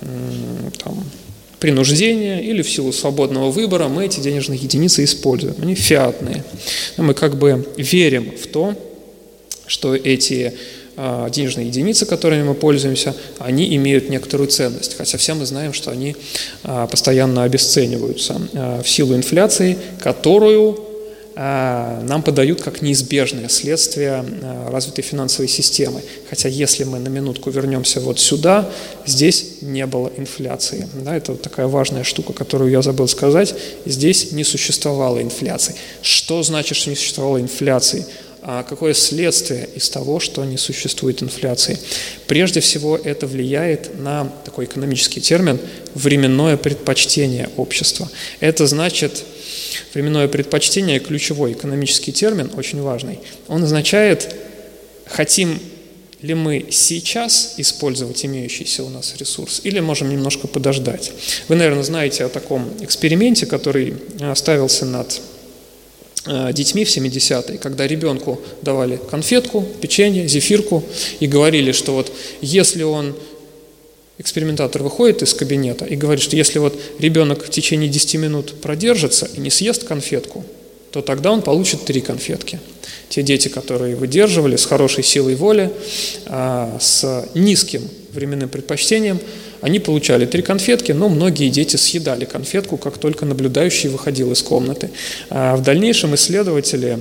принуждения или в силу свободного выбора мы эти денежные единицы используем. Они фиатные. Мы как бы верим в то, что эти денежные единицы, которыми мы пользуемся, они имеют некоторую ценность, хотя все мы знаем, что они постоянно обесцениваются в силу инфляции, которую нам подают как неизбежное следствие развитой финансовой системы. Хотя если мы на минутку вернемся вот сюда, здесь не было инфляции. Да, это вот такая важная штука, которую я забыл сказать. Здесь не существовало инфляции. Что значит, что не существовало инфляции? Какое следствие из того, что не существует инфляции? Прежде всего, это влияет на такой экономический термин «временное предпочтение общества». Это значит, временное предпочтение – ключевой экономический термин, очень важный. Он означает, хотим ли мы сейчас использовать имеющийся у нас ресурс, или можем немножко подождать. Вы, наверное, знаете о таком эксперименте, который ставился над детьми в 70-е, когда ребенку давали конфетку, печенье, зефирку и говорили, что вот если экспериментатор выходит из кабинета и говорит, что если вот ребенок в течение 10 минут продержится и не съест конфетку, то тогда он получит 3 конфетки. Те дети, которые выдерживали с хорошей силой воли, с низким временным предпочтением, они получали 3 конфетки, но многие дети съедали конфетку, как только наблюдающий выходил из комнаты. В дальнейшем исследователи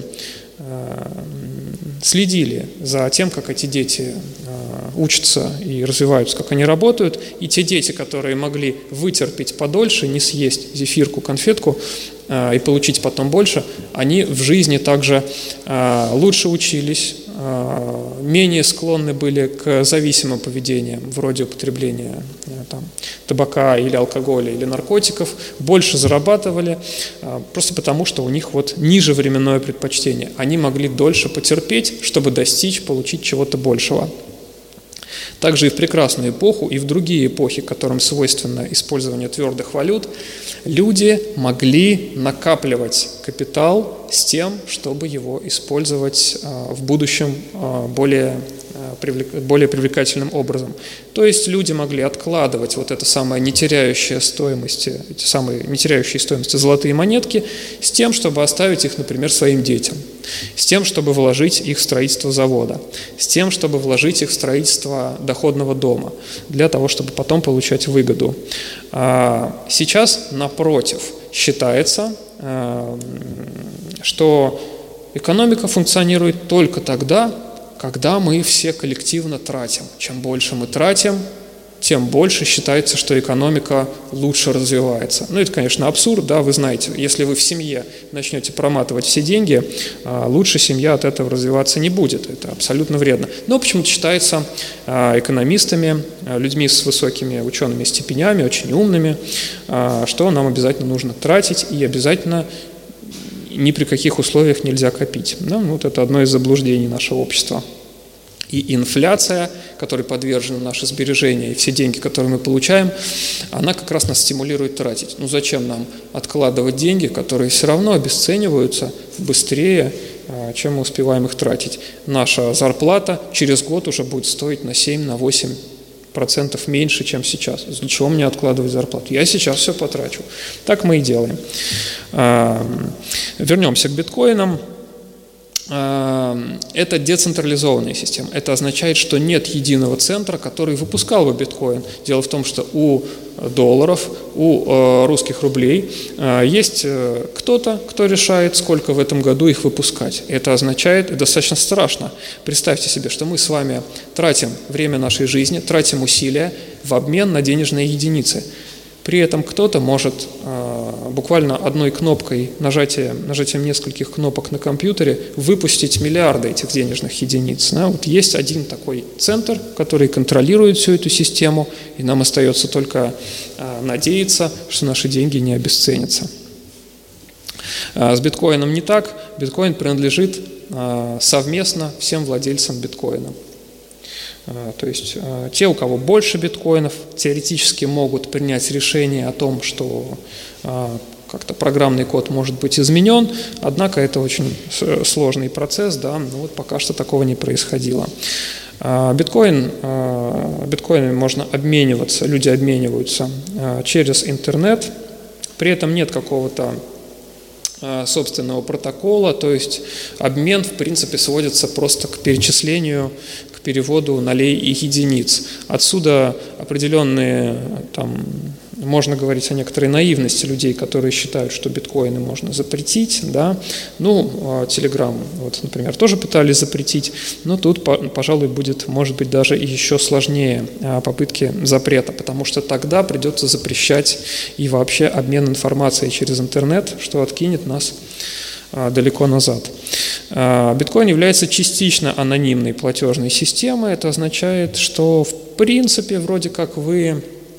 следили за тем, как эти дети учатся и развиваются, как они работают, и те дети, которые могли вытерпеть подольше, не съесть зефирку, конфетку и получить потом больше, они в жизни также лучше учились, менее склонны были к зависимым поведениям, вроде употребления табака или алкоголя или наркотиков, больше зарабатывали, просто потому, что у них вот ниже временное предпочтение. Они могли дольше потерпеть, чтобы получить чего-то большего. Также и в прекрасную эпоху, и в другие эпохи, которым свойственно использование твердых валют, люди могли накапливать капитал с тем, чтобы его использовать в будущем более привлекательным образом. То есть люди могли откладывать вот это самое не теряющее стоимости, эти самые не теряющие стоимости золотые монетки с тем, чтобы оставить их, например, своим детям, с тем, чтобы вложить их в строительство завода, с тем, чтобы вложить их в строительство доходного дома, для того, чтобы потом получать выгоду. Сейчас, напротив, считается, что экономика функционирует только тогда, когда мы все коллективно тратим. Чем больше мы тратим, тем больше считается, что экономика лучше развивается. Ну, это, конечно, абсурд, да, вы знаете, если вы в семье начнете проматывать все деньги, лучше семья от этого развиваться не будет, это абсолютно вредно. Но почему-то считается экономистами, людьми с высокими учеными степенями, очень умными, что нам обязательно нужно тратить и обязательно ни при каких условиях нельзя копить. Ну, вот это одно из заблуждений нашего общества. И инфляция, которой подвержены наши сбережения, и все деньги, которые мы получаем, она как раз нас стимулирует тратить. Ну зачем нам откладывать деньги, которые все равно обесцениваются быстрее, чем мы успеваем их тратить? Наша зарплата через год уже будет стоить на 7-8% меньше, чем сейчас. Для чего мне откладывать зарплату? Я сейчас все потрачу. Так мы и делаем. Вернемся к биткоинам. Это децентрализованная система. Это означает, что нет единого центра, который выпускал бы биткоин. Дело в том, что у долларов, у русских рублей есть кто-то, кто решает, сколько в этом году их выпускать. Это означает, и достаточно страшно. Представьте себе, что мы с вами тратим время нашей жизни, тратим усилия в обмен на денежные единицы. При этом кто-то может буквально одной кнопкой, нажатием нескольких кнопок на компьютере выпустить миллиарды этих денежных единиц. Да? Вот есть один такой центр, который контролирует всю эту систему, и нам остается только надеяться, что наши деньги не обесценятся. С биткоином не так. Биткоин принадлежит совместно всем владельцам биткоина. То есть те, у кого больше биткоинов, теоретически могут принять решение о том, что как-то программный код может быть изменен, однако это очень сложный процесс, да, но вот пока что такого не происходило. Биткоинами можно обмениваться, люди обмениваются через интернет, при этом нет какого-то собственного протокола, то есть обмен, в принципе, сводится просто к перечислению, к переводу нулей и единиц. Отсюда определенные, можно говорить о некоторой наивности людей, которые считают, что биткоины можно запретить, да. Ну, Telegram, вот, например, тоже пытались запретить, но тут, пожалуй, будет, может быть, даже еще сложнее попытки запрета, потому что тогда придется запрещать и вообще обмен информацией через интернет, что откинет нас далеко назад. Биткоин является частично анонимной платежной системой. Это означает, что в принципе вроде как вы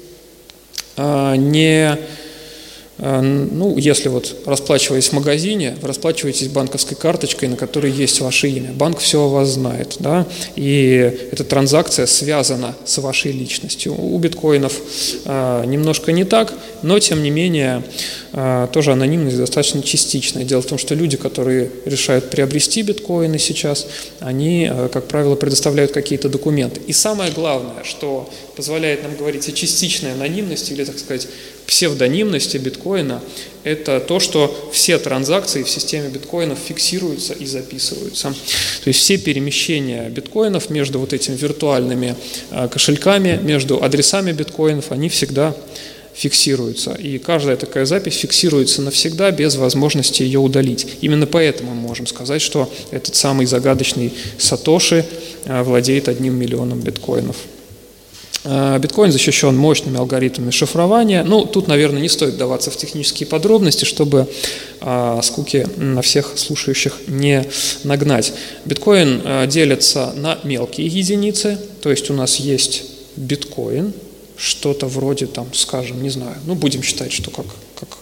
если вот расплачиваясь в магазине, вы расплачиваетесь банковской карточкой, на которой есть ваше имя. Банк все о вас знает, да, и эта транзакция связана с вашей личностью. У биткоинов немножко не так, но тем не менее тоже анонимность достаточно частичная. Дело в том, что люди, которые решают приобрести биткоины сейчас, они, как правило, предоставляют какие-то документы. И самое главное, что позволяет нам говорить о частичной анонимности или, так сказать, псевдонимности биткоина, это то, что все транзакции в системе биткоинов фиксируются и записываются. То есть все перемещения биткоинов между вот этими виртуальными кошельками, между адресами биткоинов, они всегда фиксируются. И каждая такая запись фиксируется навсегда, без возможности ее удалить. Именно поэтому мы можем сказать, что этот самый загадочный Сатоши владеет 1 миллионом биткоинов. Биткоин защищен мощными алгоритмами шифрования. Ну, тут, наверное, не стоит вдаваться в технические подробности, чтобы скуки на всех слушающих не нагнать. Биткоин делится на мелкие единицы, то есть у нас есть биткоин, что-то вроде, скажем, не знаю, будем считать, что как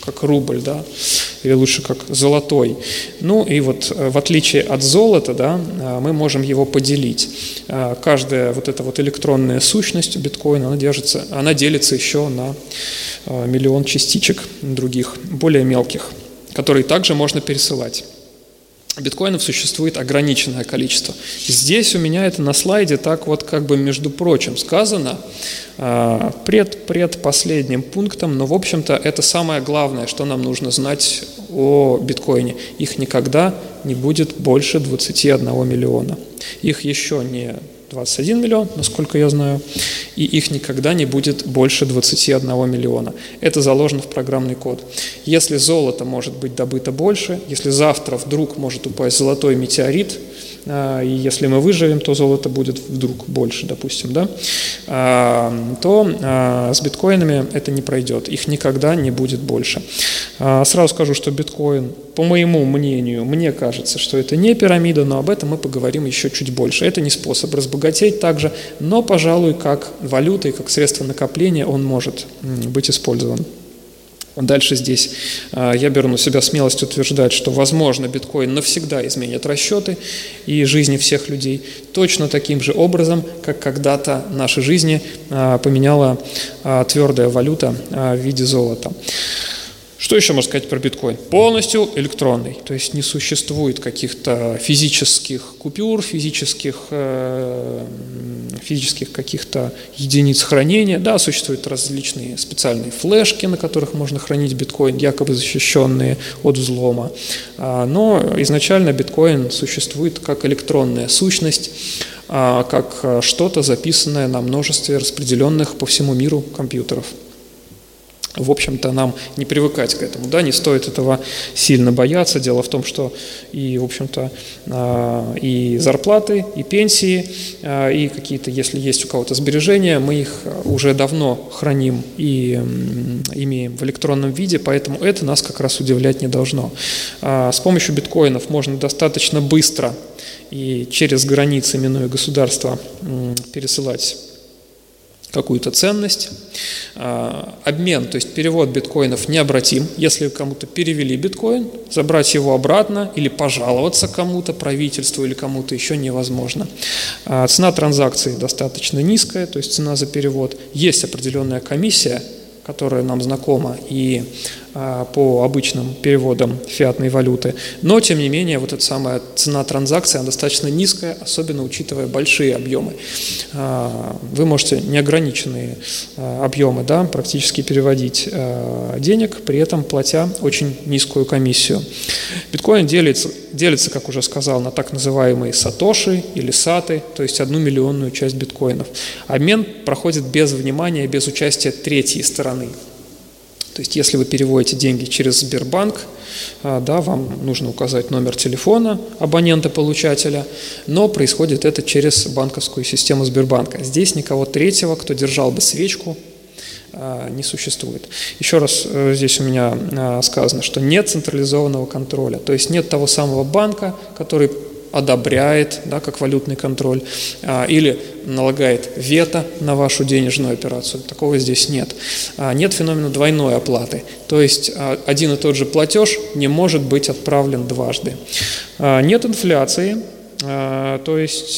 как рубль, да, или лучше как золотой. Ну и вот в отличие от золота, да, мы можем его поделить. Каждая вот эта вот электронная сущность биткоина, она делится еще на миллион частичек других, более мелких, которые также можно пересылать. Биткоинов существует ограниченное количество. Здесь у меня это на слайде так вот как бы между прочим сказано, предпоследним пунктом, но в общем-то это самое главное, что нам нужно знать о биткоине. Их никогда не будет больше 21 миллиона. Их еще не 21 миллион, насколько я знаю, и их никогда не будет больше 21 миллиона. Это заложено в программный код. Если золото может быть добыто больше, если завтра вдруг может упасть золотой метеорит, и если мы выживем, то золото будет вдруг больше, допустим, да, то с биткоинами это не пройдет, их никогда не будет больше. Сразу скажу, что биткоин, по моему мнению, мне кажется, что это не пирамида, но об этом мы поговорим еще чуть больше. Это не способ разбогатеть также, но, пожалуй, как валюта и как средство накопления он может быть использован. Дальше здесь я беру на себя смелость утверждать, что, возможно, биткоин навсегда изменит расчеты и жизни всех людей точно таким же образом, как когда-то наши жизни поменяла твердая валюта в виде золота. Что еще можно сказать про биткоин? Полностью электронный, то есть не существует каких-то физических купюр, физических каких-то единиц хранения. Да, существуют различные специальные флешки, на которых можно хранить биткоин, якобы защищенные от взлома. Но изначально биткоин существует как электронная сущность, как что-то записанное на множестве распределенных по всему миру компьютеров. В общем-то, нам не привыкать к этому, да, не стоит этого сильно бояться. Дело в том, что и, в общем-то, и зарплаты, и пенсии, и какие-то, если есть у кого-то сбережения, мы их уже давно храним и имеем в электронном виде, поэтому это нас как раз удивлять не должно. С помощью биткоинов можно достаточно быстро и через границы, минуя государства, пересылать какую-то ценность. Обмен, то есть перевод биткоинов необратим. Если кому-то перевели биткоин, забрать его обратно или пожаловаться кому-то, правительству или кому-то еще невозможно. Цена транзакции достаточно низкая, то есть цена за перевод. Есть определенная комиссия, которая нам знакома и по обычным переводам фиатной валюты, но, тем не менее, вот эта самая цена транзакции, она достаточно низкая, особенно учитывая большие объемы. Вы можете неограниченные объемы, да, практически переводить денег, при этом платя очень низкую комиссию. Биткоин делится, как уже сказал, на так называемые сатоши или саты, то есть 1 миллионную часть биткоинов. Обмен проходит без внимания, без участия третьей стороны. То есть, если вы переводите деньги через Сбербанк, да, вам нужно указать номер телефона абонента-получателя, но происходит это через банковскую систему Сбербанка. Здесь никого третьего, кто держал бы свечку, не существует. Еще раз здесь у меня сказано, что нет централизованного контроля, то есть нет того самого банка, который одобряет, да, как валютный контроль, или налагает вето на вашу денежную операцию. Такого здесь нет. Нет феномена двойной оплаты, то есть один и тот же платеж не может быть отправлен дважды. Нет инфляции, то есть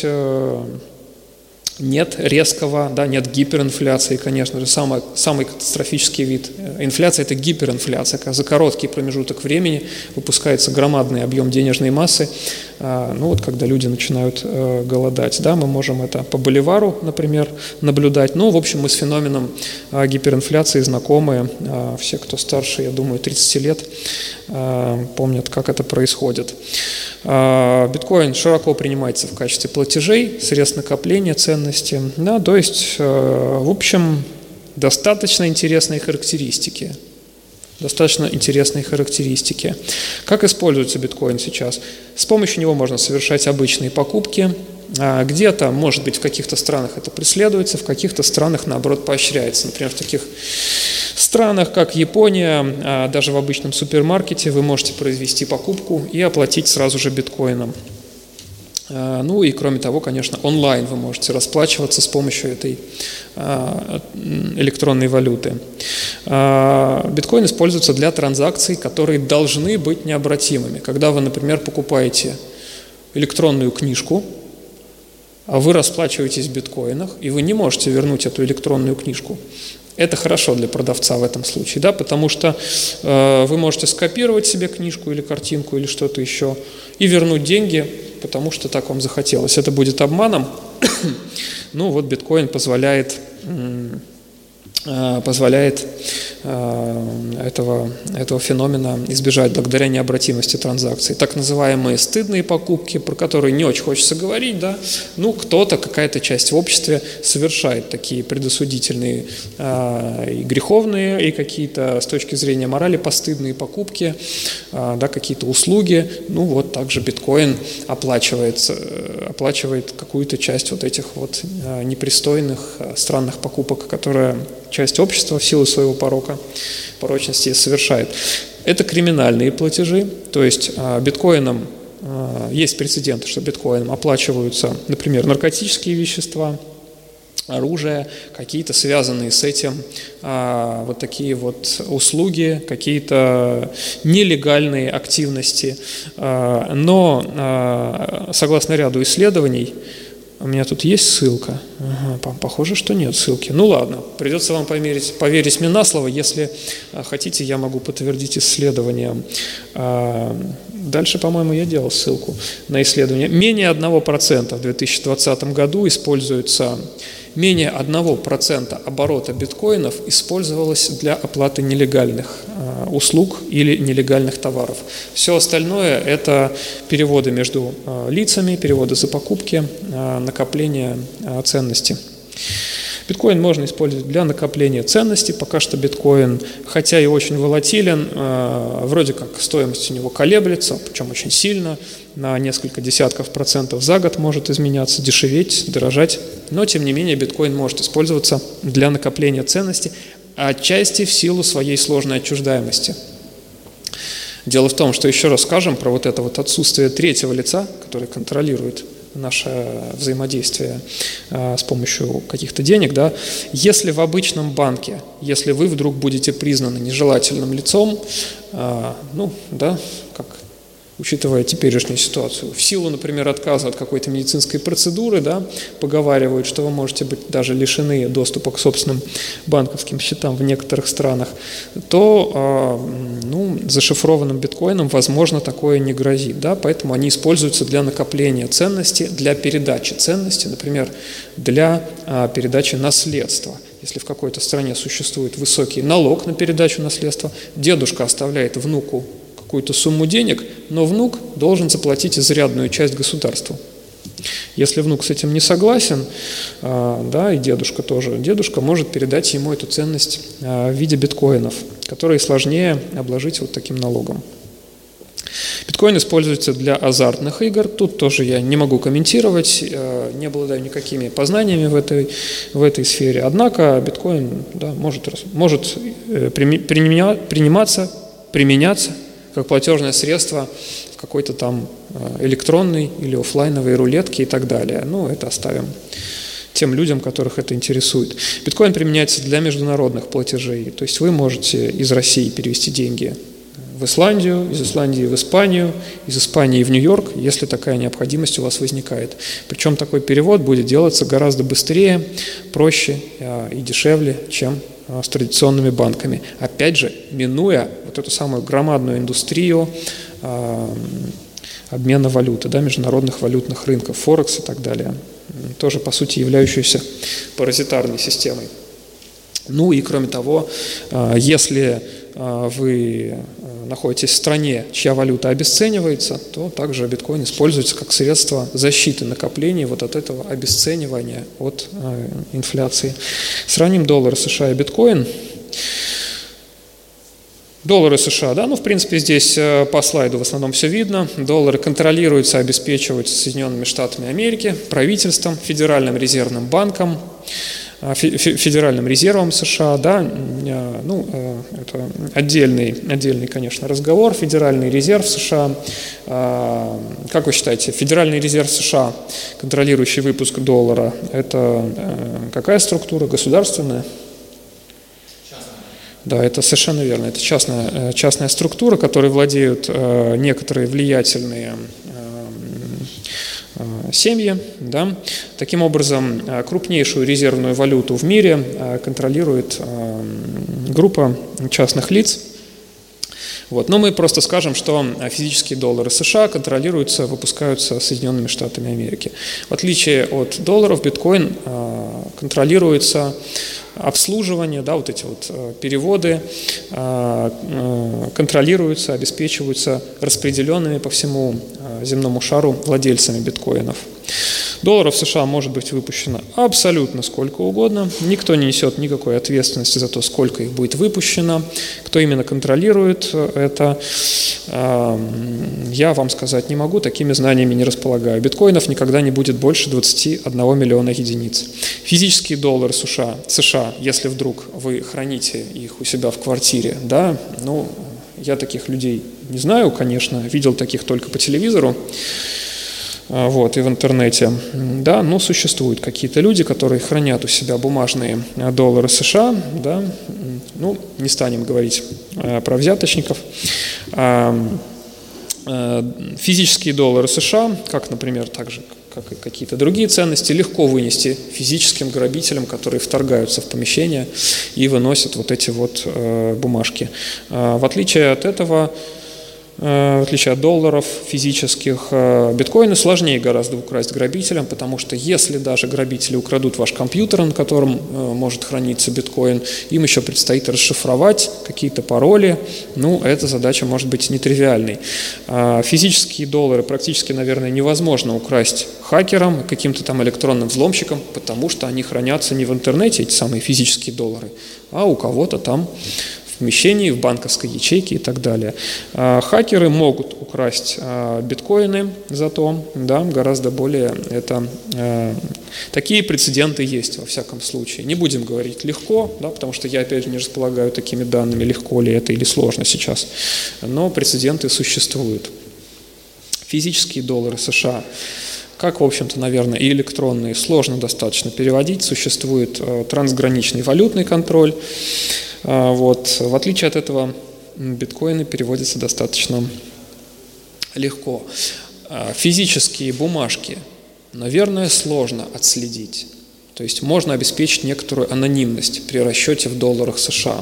нет резкого, да, нет гиперинфляции, конечно же, самый катастрофический вид инфляции – это гиперинфляция, когда за короткий промежуток времени выпускается громадный объем денежной массы, ну вот когда люди начинают голодать, да, мы можем это по боливару, например, наблюдать, ну, в общем, мы с феноменом гиперинфляции знакомы, все, кто старше, я думаю, 30 лет, помнят, как это происходит. Биткоин широко принимается в качестве платежей, средств накопления ценности, да, то есть, в общем, достаточно интересные характеристики. Как используется биткоин сейчас? С помощью него можно совершать обычные покупки. Где-то, может быть, в каких-то странах это преследуется, в каких-то странах, наоборот, поощряется. Например, в таких странах, как Япония, даже в обычном супермаркете вы можете произвести покупку и оплатить сразу же биткоином. Ну и кроме того, конечно, онлайн вы можете расплачиваться с помощью этой электронной валюты. Биткоин используется для транзакций, которые должны быть необратимыми. Когда вы, например, покупаете электронную книжку, а вы расплачиваетесь в биткоинах, и вы не можете вернуть эту электронную книжку. Это хорошо для продавца в этом случае, да, потому что вы можете скопировать себе книжку или картинку или что-то еще и вернуть деньги, потому что так вам захотелось. Это будет обманом. Ну вот биткоин позволяет этого феномена избежать благодаря необратимости транзакций. Так называемые стыдные покупки, про которые не очень хочется говорить, да, ну кто-то, какая-то часть в обществе совершает такие предосудительные и греховные, и какие-то с точки зрения морали постыдные покупки, да, какие-то услуги. Ну вот также биткоин оплачивает какую-то часть вот этих вот непристойных, странных покупок, которые часть общества в силу своего порочности совершает. Это криминальные платежи, то есть биткоином, есть прецеденты, что биткоином оплачиваются, например, наркотические вещества, оружие, какие-то связанные с этим вот такие вот услуги, какие-то нелегальные активности. Но согласно ряду исследований, у меня тут есть ссылка. Похоже, что нет ссылки. Ну ладно, придется вам поверить мне на слово. Если хотите, я могу подтвердить исследование. Дальше, по-моему, я делал ссылку на исследование. Менее 1% в 2020 году используется, менее 1% оборота биткоинов использовалось для оплаты нелегальных услуг или нелегальных товаров. Все остальное – это переводы между лицами, переводы за покупки, накопление ценностей. Биткоин можно использовать для накопления ценностей. Пока что биткоин, хотя и очень волатилен, вроде как стоимость у него колеблется, причем очень сильно, на несколько десятков процентов за год может изменяться, дешеветь, дорожать. Но, тем не менее, биткоин может использоваться для накопления ценностей, отчасти в силу своей сложной отчуждаемости. Дело в том, что, еще раз скажем, про вот это вот отсутствие третьего лица, который контролирует наше взаимодействие с помощью каких-то денег, да, если в обычном банке, если вы вдруг будете признаны нежелательным лицом, ну, да, как учитывая теперешнюю ситуацию, в силу, например, отказа от какой-то медицинской процедуры, да, поговаривают, что вы можете быть даже лишены доступа к собственным банковским счетам в некоторых странах, то зашифрованным биткоином, возможно, такое не грозит. Да, поэтому они используются для накопления ценностей, для передачи ценностей, например, для передачи наследства. Если в какой-то стране существует высокий налог на передачу наследства, дедушка оставляет внуку какую-то сумму денег, но внук должен заплатить изрядную часть государству. Если внук с этим не согласен, да, и дедушка тоже, дедушка может передать ему эту ценность в виде биткоинов, которые сложнее обложить вот таким налогом. Биткоин используется для азартных игр. Тут тоже я не могу комментировать, не обладаю никакими познаниями в этой сфере. Однако биткоин, да, может применяться как платежное средство в какой-то там электронной или офлайновой рулетке и так далее. Ну, это оставим тем людям, которых это интересует. Биткоин применяется для международных платежей. То есть вы можете из России перевести деньги в Исландию, из Исландии в Испанию, из Испании в Нью-Йорк, если такая необходимость у вас возникает. Причем такой перевод будет делаться гораздо быстрее, проще и дешевле, чем с традиционными банками. Опять же, минуя вот эту самую громадную индустрию обмена валюты, да, международных валютных рынков, Форекс и так далее, тоже, по сути, являющуюся паразитарной системой. Ну и, кроме того, если вы находитесь в стране, чья валюта обесценивается, то также биткоин используется как средство защиты накоплений вот от этого обесценивания от инфляции. Сравним доллар США и биткоин. Доллары США, да, в принципе, здесь по слайду в основном все видно. Доллары контролируются, обеспечиваются Соединенными Штатами Америки, правительством, Федеральным резервным банком. Федеральным резервом США, да, это отдельный, конечно, разговор. Федеральный резерв США, как вы считаете, Федеральный резерв США, контролирующий выпуск доллара, это какая структура, государственная? Да, это совершенно верно. Это частная структура, которой владеют некоторые влиятельные семьи. Да. Таким образом, крупнейшую резервную валюту в мире контролирует группа частных лиц. Вот. Но мы просто скажем, что физические доллары США контролируются, выпускаются Соединенными Штатами Америки. В отличие от долларов, биткоин контролируется обслуживание, да, вот эти вот переводы контролируются, обеспечиваются распределенными по всему земному шару владельцами биткоинов. Долларов США может быть выпущено абсолютно сколько угодно. Никто не несет никакой ответственности за то, сколько их будет выпущено. Кто именно контролирует это, я вам сказать не могу, такими знаниями не располагаю. Биткоинов никогда не будет больше 21 миллиона единиц. Физические доллары США, если вдруг вы храните их у себя в квартире, да, я таких людей не знаю, конечно, видел таких только по телевизору. Вот, и в интернете, да, но существуют какие-то люди, которые хранят у себя бумажные доллары США, да, не станем говорить про взяточников. Физические доллары США, как, например, так же, как и какие-то другие ценности, легко вынести физическим грабителям, которые вторгаются в помещение и выносят вот эти вот бумажки. В отличие от этого, в отличие от долларов физических, биткоины сложнее гораздо украсть грабителям, потому что если даже грабители украдут ваш компьютер, на котором может храниться биткоин, им еще предстоит расшифровать какие-то пароли, эта задача может быть нетривиальной. Физические доллары практически, наверное, невозможно украсть хакерам, каким-то там электронным взломщикам, потому что они хранятся не в интернете, эти самые физические доллары, а у кого-то там в помещении, в банковской ячейке и так далее. Хакеры могут украсть биткоины, зато, да, гораздо более такие прецеденты есть во всяком случае. Не будем говорить легко, да, потому что я опять же не располагаю такими данными, легко ли это или сложно сейчас, но прецеденты существуют. Физические доллары США, как, в общем-то, наверное, и электронные, сложно достаточно переводить, существует трансграничный валютный контроль. Вот. В отличие от этого, биткоины переводятся достаточно легко. Физические бумажки, наверное, сложно отследить. То есть можно обеспечить некоторую анонимность при расчете в долларах США.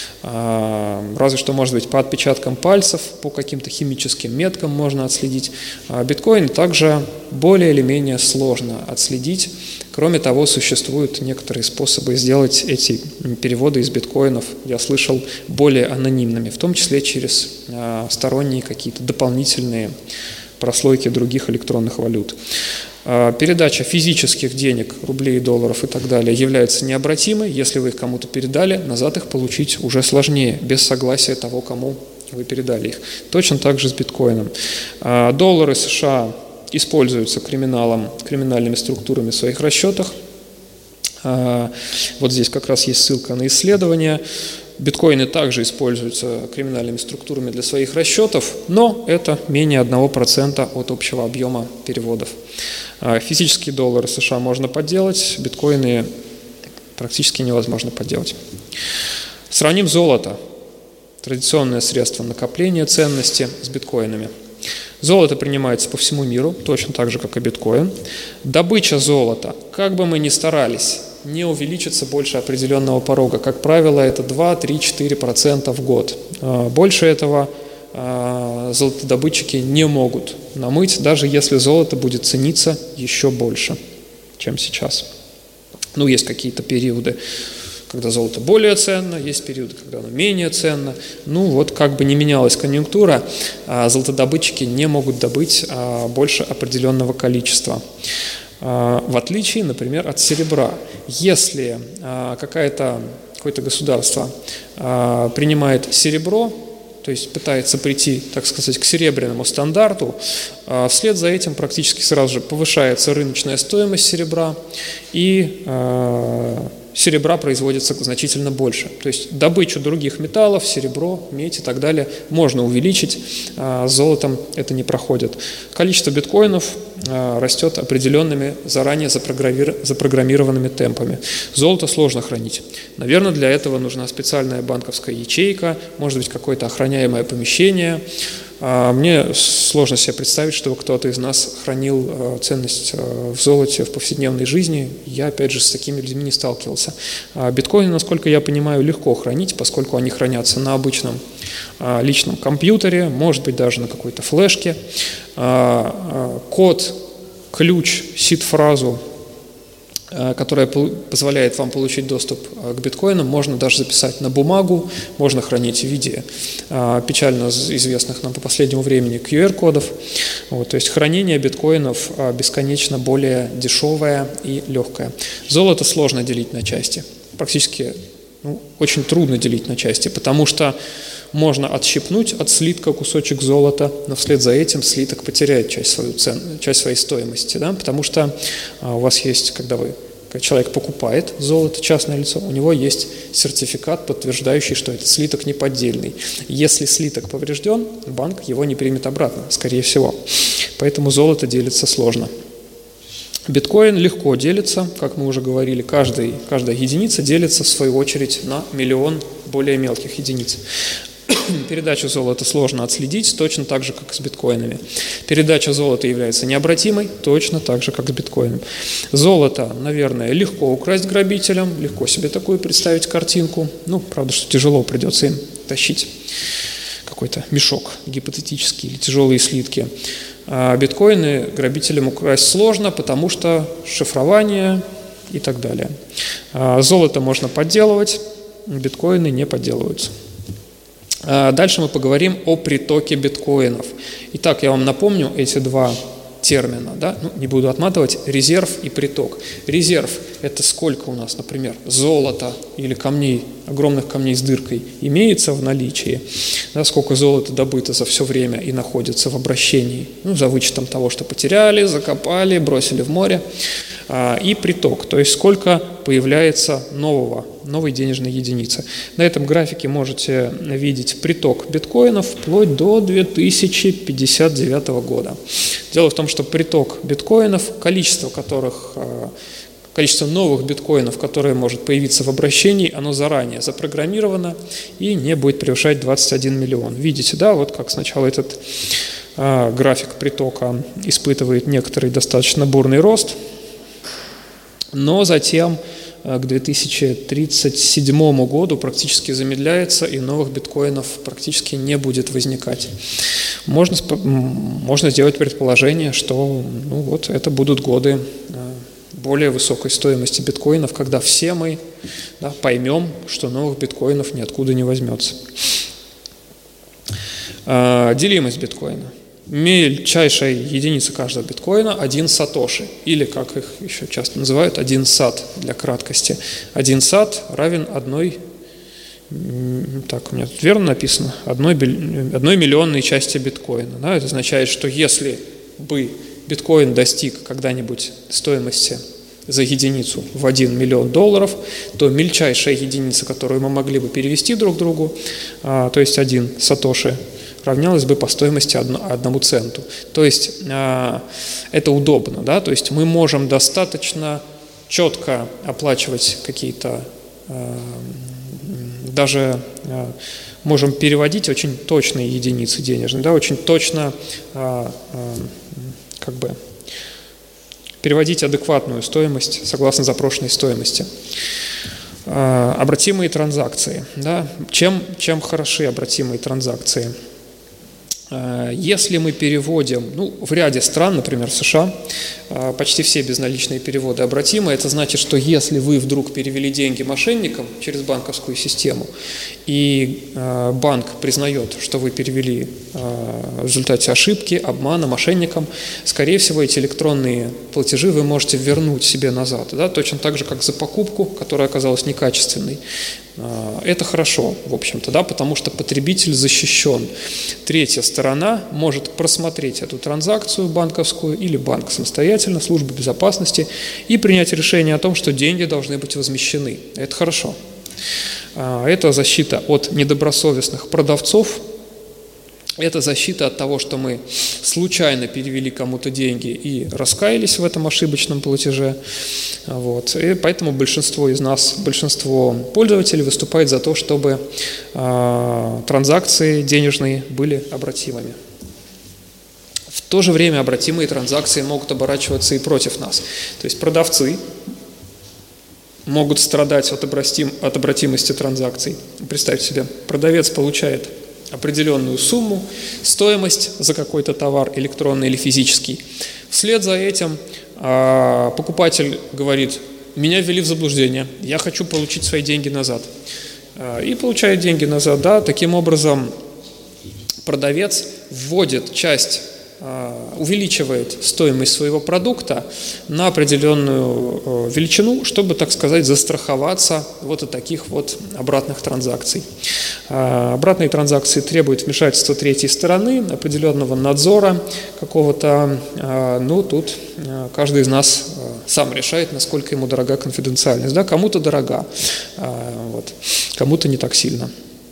Разве что, может быть, по отпечаткам пальцев, по каким-то химическим меткам можно отследить. Биткоин также более или менее сложно отследить. Кроме того, существуют некоторые способы сделать эти переводы из биткоинов, я слышал, более анонимными, в том числе через сторонние какие-то дополнительные прослойки других электронных валют. Передача физических денег, рублей, долларов и так далее является необратимой. Если вы их кому-то передали, назад их получить уже сложнее, без согласия того, кому вы передали их. Точно так же с биткоином. Доллары США используются криминальными структурами в своих расчетах. Вот здесь как раз есть ссылка на исследование. Биткоины также используются криминальными структурами для своих расчетов, но это менее 1% от общего объема переводов. Физические доллары США можно подделать, биткоины практически невозможно подделать. Сравним золото, традиционное средство накопления ценности, с биткоинами. Золото принимается по всему миру, точно так же, как и биткоин. Добыча золота, как бы мы ни старались, не увеличится больше определенного порога. Как правило, это 2, 3, 4% в год. Больше этого золотодобытчики не могут намыть, даже если золото будет цениться еще больше, чем сейчас. Есть какие-то периоды, когда золото более ценно, есть периоды, когда оно менее ценно. Как бы ни менялась конъюнктура, золотодобытчики не могут добыть больше определенного количества. В отличие, например, от серебра. Если какое-то государство принимает серебро, то то есть пытается прийти, так сказать, к серебряному стандарту. Вслед за этим практически сразу же повышается рыночная стоимость серебра, и серебра производится значительно больше. То есть добычу других металлов, серебро, медь и так далее можно увеличить, с золотом это не проходит. Количество биткоинов растет определенными, заранее запрограммированными темпами. Золото сложно хранить. Наверное, для этого нужна специальная банковская ячейка, может быть, какое-то охраняемое помещение. Мне сложно себе представить, чтобы кто-то из нас хранил ценность в золоте в повседневной жизни. Я, опять же, с такими людьми не сталкивался. Биткоины, насколько я понимаю, легко хранить, поскольку они хранятся на обычном личном компьютере, может быть, даже на какой-то флешке. Код, ключ, сид-фразу, которая позволяет вам получить доступ к биткоинам, можно даже записать на бумагу, можно хранить в виде печально известных нам по последнему времени QR-кодов. То есть хранение биткоинов бесконечно более дешевое и легкое. Золото сложно делить на части. Практически очень трудно делить на части, потому что можно отщипнуть от слитка кусочек золота, но вслед за этим слиток потеряет часть своей стоимости, да? Потому что у вас есть, когда человек покупает золото, частное лицо, у него есть сертификат, подтверждающий, что этот слиток не поддельный. Если слиток поврежден, банк его не примет обратно, скорее всего. Поэтому золото делится сложно. Биткоин легко делится, как мы уже говорили, каждая единица делится в свою очередь на миллион более мелких единиц. Передачу золота сложно отследить, точно так же, как и с биткоинами. Передача золота является необратимой, точно так же, как с биткоином. Золото, наверное, легко украсть грабителям, легко себе такую представить картинку. Правда, что тяжело, придется им тащить какой-то мешок гипотетический или тяжелые слитки. А биткоины грабителям украсть сложно, потому что шифрование и так далее. Золото можно подделывать, биткоины не подделываются. Дальше мы поговорим о притоке биткоинов. Итак, я вам напомню эти два термина, да? Не буду отматывать, резерв и приток. Резерв – это сколько у нас, например, золота или камней, огромных камней с дыркой имеется в наличии, да, сколько золота добыто за все время и находится в обращении, за вычетом того, что потеряли, закопали, бросили в море. И приток, то есть сколько появляется новой денежной единицы. На этом графике можете видеть приток биткоинов вплоть до 2059 года. Дело в том, что приток биткоинов, количество новых биткоинов, которые может появиться в обращении, оно заранее запрограммировано и не будет превышать 21 миллион. Видите, да, вот как сначала этот график притока испытывает некоторый достаточно бурный рост, но затем к 2037 году практически замедляется, и новых биткоинов практически не будет возникать. Можно сделать предположение, что это будут годы более высокой стоимости биткоинов, когда все мы поймем, что новых биткоинов ниоткуда не возьмется. Делимость биткоина. Мельчайшая единица каждого биткоина – 1 сатоши, или, как их еще часто называют, 1 сат для краткости. 1 сат равен одной, так у меня тут верно написано, одной миллионной части биткоина. Да? Это означает, что если бы биткоин достиг когда-нибудь стоимости за единицу в $1 миллион, то мельчайшая единица, которую мы могли бы перевести друг другу, то есть 1 сатоши, равнялась бы по стоимости 1 центу. То есть это удобно, да? То есть мы можем достаточно четко оплачивать какие-то, даже можем переводить очень точные единицы денежные, да? Очень точно переводить адекватную стоимость согласно запрошенной стоимости. Обратимые транзакции. Да? Чем хороши обратимые транзакции? Если мы переводим, в ряде стран, например, в США, почти все безналичные переводы обратимы. Это значит, что если вы вдруг перевели деньги мошенникам через банковскую систему, и банк признает, что вы перевели в результате ошибки, обмана мошенникам, скорее всего, эти электронные платежи вы можете вернуть себе назад, да? Точно так же, как за покупку, которая оказалась некачественной. Это хорошо, в общем-то, да, потому что потребитель защищен. Третья сторона может просмотреть эту транзакцию банковскую или банк самостоятельно, служба безопасности, и принять решение о том, что деньги должны быть возмещены. Это хорошо. Это защита от недобросовестных продавцов. Это защита от того, что мы случайно перевели кому-то деньги и раскаялись в этом ошибочном платеже. Вот. И поэтому большинство из нас, большинство пользователей выступает за то, чтобы транзакции денежные были обратимыми. В то же время обратимые транзакции могут оборачиваться и против нас. То есть продавцы могут страдать от обратимости транзакций. Представьте себе, продавец получает определенную сумму, стоимость за какой-то товар, электронный или физический. Вслед за этим покупатель говорит: меня ввели в заблуждение, я хочу получить свои деньги назад. И получает деньги назад. Да, таким образом продавец вводит увеличивает стоимость своего продукта на определенную величину, чтобы, так сказать, застраховаться вот от таких вот обратных транзакций. Обратные транзакции требуют вмешательства третьей стороны, определенного надзора какого-то. Ну, тут каждый из нас сам решает, насколько ему дорога конфиденциальность. Да? Кому-то дорога, вот, кому-то не так сильно.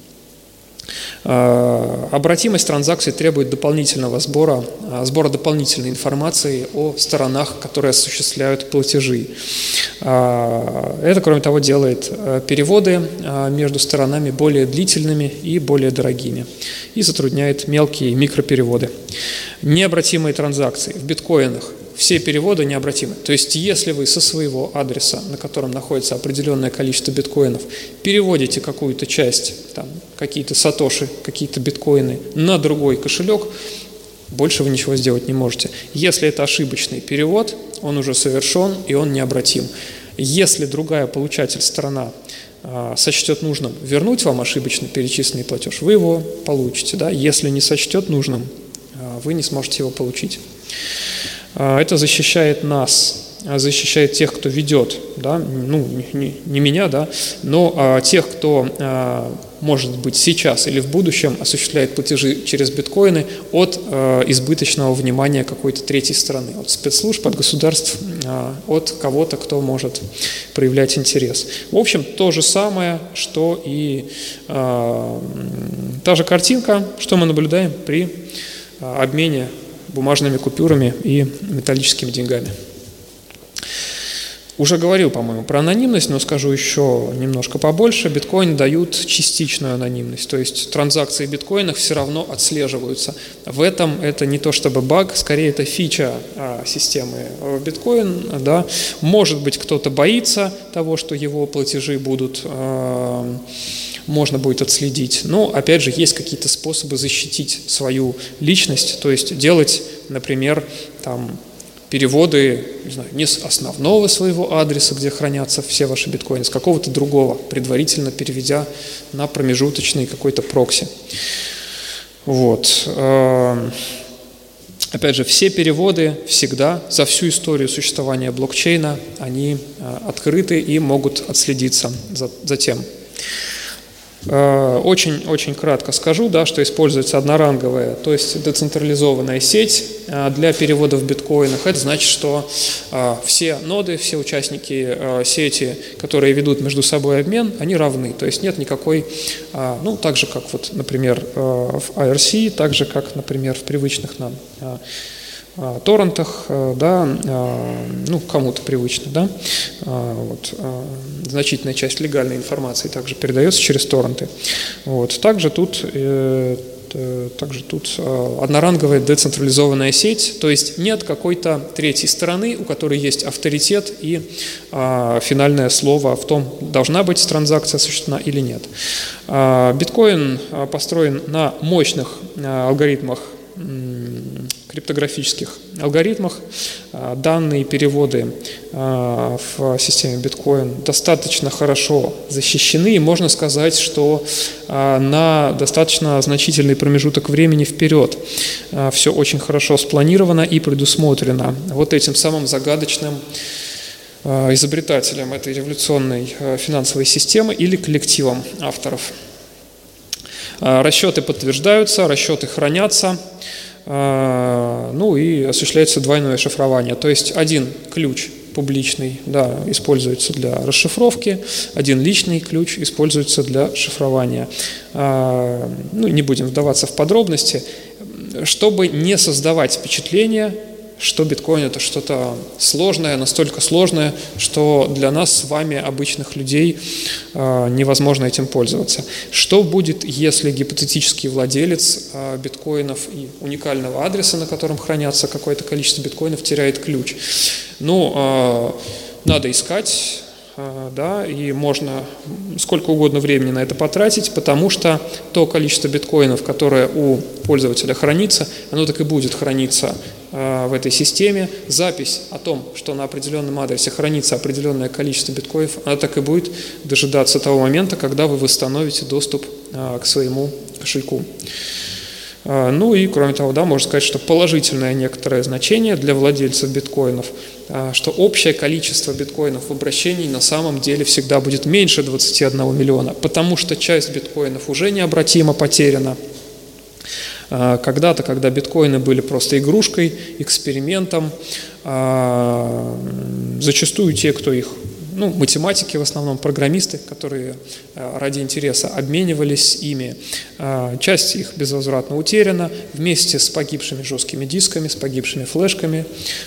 Обратимость транзакций требует дополнительного сбора дополнительной информации о сторонах, которые осуществляют платежи. Это, кроме того, делает переводы между сторонами более длительными и более дорогими и затрудняет мелкие микропереводы. Необратимые транзакции в биткоинах. Все переводы необратимы. То есть, если вы со своего адреса, на котором находится определенное количество биткоинов, переводите какую-то часть, там, какие-то сатоши, какие-то биткоины на другой кошелек, больше вы ничего сделать не можете. Если это ошибочный перевод, он уже совершен и он необратим. Если другая получатель сторона сочтет нужным вернуть вам ошибочно перечисленный платеж, вы его получите. Да? Если не сочтет нужным, вы не сможете его получить. Это защищает нас, защищает тех, кто ведет, да, ну, не меня, да, но тех, кто, может быть, сейчас или в будущем осуществляет платежи через биткоины от избыточного внимания какой-то третьей стороны, от спецслужб, от государств, от кого-то, кто может проявлять интерес. В общем, то же самое, что и та же картинка, что мы наблюдаем при обмене бумажными купюрами и металлическими деньгами. Уже говорил, по-моему, про анонимность, но скажу еще немножко побольше. Биткоины дают частичную анонимность, то есть транзакции в биткоинах все равно отслеживаются. В этом это не то чтобы баг, скорее это фича системы биткоин. Да. Может быть, кто-то боится того, что его платежи можно будет отследить. Но, опять же, есть какие-то способы защитить свою личность, то есть делать, например, там, переводы, не знаю, не с основного своего адреса, где хранятся все ваши биткоины, с какого-то другого, предварительно переведя на промежуточный какой-то прокси. Вот. Опять же, все переводы всегда, за всю историю существования блокчейна, они открыты и могут отследиться за тем. Очень кратко скажу, да, что используется одноранговая, то есть децентрализованная сеть для перевода в биткоинах. Это значит, что все ноды, все участники сети, которые ведут между собой обмен, они равны. То есть нет никакой, ну, так же, как, вот, например, в IRC, так же, как, например, в привычных нам торрентах, да, ну, кому-то привычно, да, вот, значительная часть легальной информации также передается через торренты. Вот. Также тут одноранговая децентрализованная сеть, то есть нет какой-то третьей стороны, у которой есть авторитет и финальное слово в том, должна быть транзакция осуществлена или нет. Биткоин построен на мощных алгоритмах, криптографических алгоритмах. Данные переводы в системе биткоин достаточно хорошо защищены, и можно сказать, что на достаточно значительный промежуток времени вперед все очень хорошо спланировано и предусмотрено вот этим самым загадочным изобретателем этой революционной финансовой системы или коллективом авторов. Расчеты подтверждаются, расчеты хранятся, и осуществляется двойное шифрование. То есть один ключ публичный, используется для расшифровки, один личный ключ используется для шифрования. Не будем вдаваться в подробности, чтобы не создавать впечатление, что биткоин – это что-то сложное, настолько сложное, что для нас с вами, обычных людей, невозможно этим пользоваться. Что будет, если гипотетический владелец биткоинов и уникального адреса, на котором хранятся какое-то количество биткоинов, теряет ключ? Надо искать, и можно сколько угодно времени на это потратить, потому что то количество биткоинов, которое у пользователя хранится, оно так и будет храниться в этой системе. Запись о том, что на определенном адресе хранится определенное количество биткоинов, она так и будет дожидаться того момента, когда вы восстановите доступ к своему кошельку. И, кроме того, можно сказать, что положительное некоторое значение для владельцев биткоинов, что общее количество биткоинов в обращении на самом деле всегда будет меньше 21 миллиона, потому что часть биткоинов уже необратимо потеряна. Когда-то, когда биткоины были просто игрушкой, экспериментом, зачастую те, кто их, математики в основном, программисты, которые ради интереса обменивались ими, часть их безвозвратно утеряна вместе с погибшими жесткими дисками, с погибшими флешками.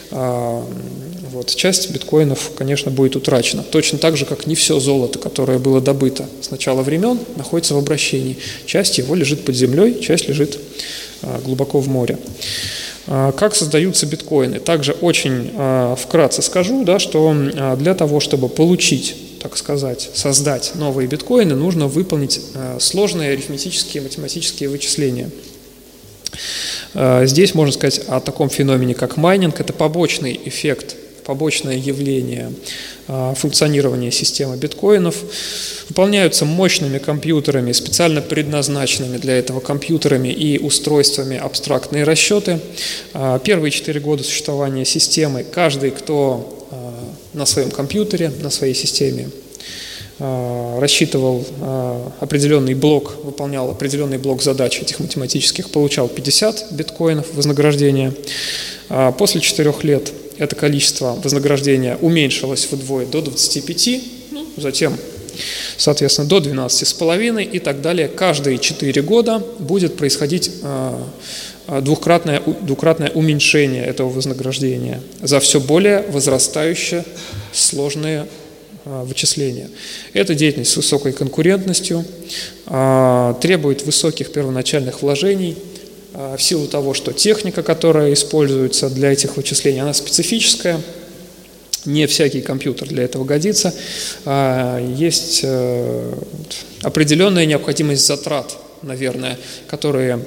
Часть биткоинов, конечно, будет утрачена. Точно так же, как не все золото, которое было добыто с начала времен, находится в обращении. Часть его лежит под землей, часть лежит глубоко в море. Как создаются биткоины? Также очень вкратце скажу, что для того, чтобы получить, так сказать, создать новые биткоины, нужно выполнить сложные арифметические, математические вычисления. Здесь можно сказать о таком феномене, как майнинг. Это побочный эффект, побочное явление функционирования системы биткоинов. Выполняются мощными компьютерами, специально предназначенными для этого компьютерами и устройствами абстрактные расчеты. Первые 4 года существования системы каждый, кто на своем компьютере, на своей системе рассчитывал определенный блок, выполнял определенный блок задач этих математических, получал 50 биткоинов вознаграждения. После 4 лет это количество вознаграждения уменьшилось вдвое до 25, затем, соответственно, до 12,5 и так далее. Каждые 4 года будет происходить двукратное уменьшение этого вознаграждения за все более возрастающие сложные вычисления. Это деятельность с высокой конкурентностью, требует высоких первоначальных вложений, в силу того, что техника, которая используется для этих вычислений, она специфическая, не всякий компьютер для этого годится, есть определенная необходимость затрат, наверное, которые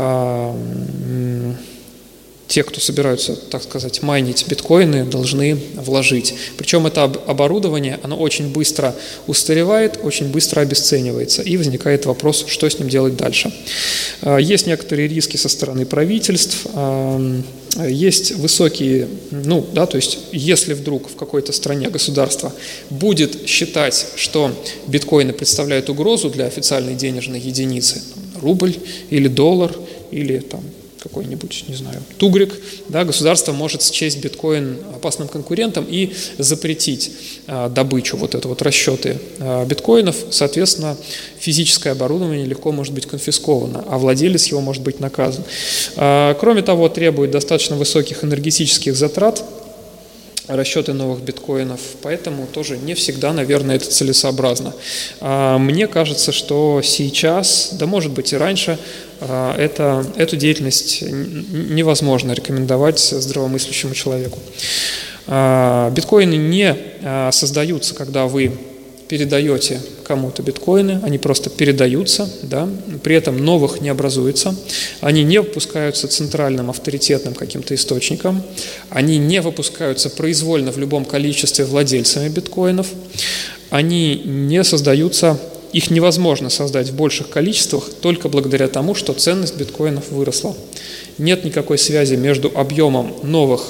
те, кто собираются, так сказать, майнить биткоины, должны вложить. Причем это оборудование, оно очень быстро устаревает, очень быстро обесценивается, и возникает вопрос, что с ним делать дальше. Есть некоторые риски со стороны правительств, есть высокие, то есть если вдруг в какой-то стране государство будет считать, что биткоины представляют угрозу для официальной денежной единицы, рубль или доллар, или какой-нибудь, тугрик, государство может счесть биткоин опасным конкурентом и запретить добычу, расчеты биткоинов. Соответственно, физическое оборудование легко может быть конфисковано, а владелец его может быть наказан. Кроме того, требует достаточно высоких энергетических затрат расчеты новых биткоинов, поэтому тоже не всегда, наверное, это целесообразно. Мне кажется, что сейчас, может быть и раньше, эту деятельность невозможно рекомендовать здравомыслящему человеку. Биткоины не создаются, когда вы передаете кому-то биткоины, они просто передаются, при этом новых не образуется, они не выпускаются центральным авторитетным каким-то источником, они не выпускаются произвольно в любом количестве владельцами биткоинов, они не создаются, их невозможно создать в больших количествах только благодаря тому, что ценность биткоинов выросла. Нет никакой связи между объемом новых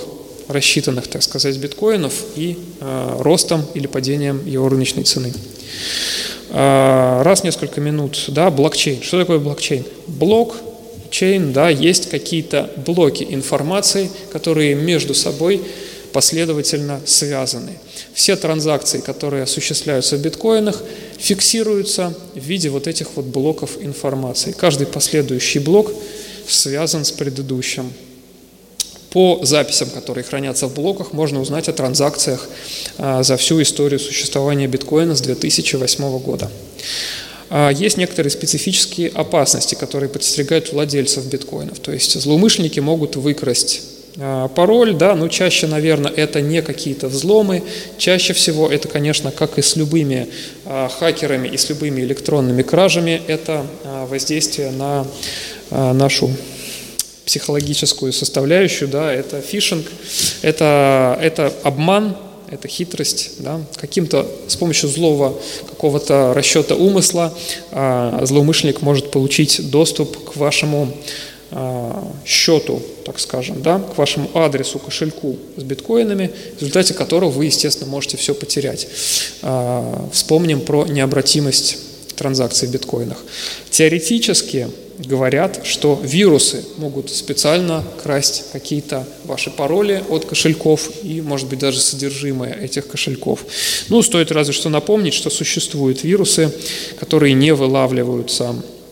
рассчитанных, так сказать, биткоинов и ростом или падением его рыночной цены. Раз в несколько минут, да, блокчейн. Что такое блокчейн? Блокчейн, да, есть какие-то блоки информации, которые между собой последовательно связаны. Все транзакции, которые осуществляются в биткоинах, фиксируются в виде вот этих вот блоков информации. Каждый последующий блок связан с предыдущим. По записям, которые хранятся в блоках, можно узнать о транзакциях за всю историю существования биткоина с 2008 года. Есть некоторые специфические опасности, которые подстерегают владельцев биткоинов. То есть злоумышленники могут выкрасть пароль, да, но чаще, наверное, это не какие-то взломы. Чаще всего это, конечно, как и с любыми хакерами и с любыми электронными кражами, это воздействие на нашу психологическую составляющую, да, это фишинг, это обман, это хитрость, да, каким-то с помощью злого какого-то расчета умысла злоумышленник может получить доступ к вашему счету, так скажем, да, к вашему адресу, кошельку с биткоинами, в результате которого вы, естественно, можете все потерять. Вспомним про необратимость транзакций в биткоинах. Теоретически говорят, что вирусы могут специально красть какие-то ваши пароли от кошельков и, может быть, даже содержимое этих кошельков. Ну, стоит разве что напомнить, что существуют вирусы, которые не вылавливаются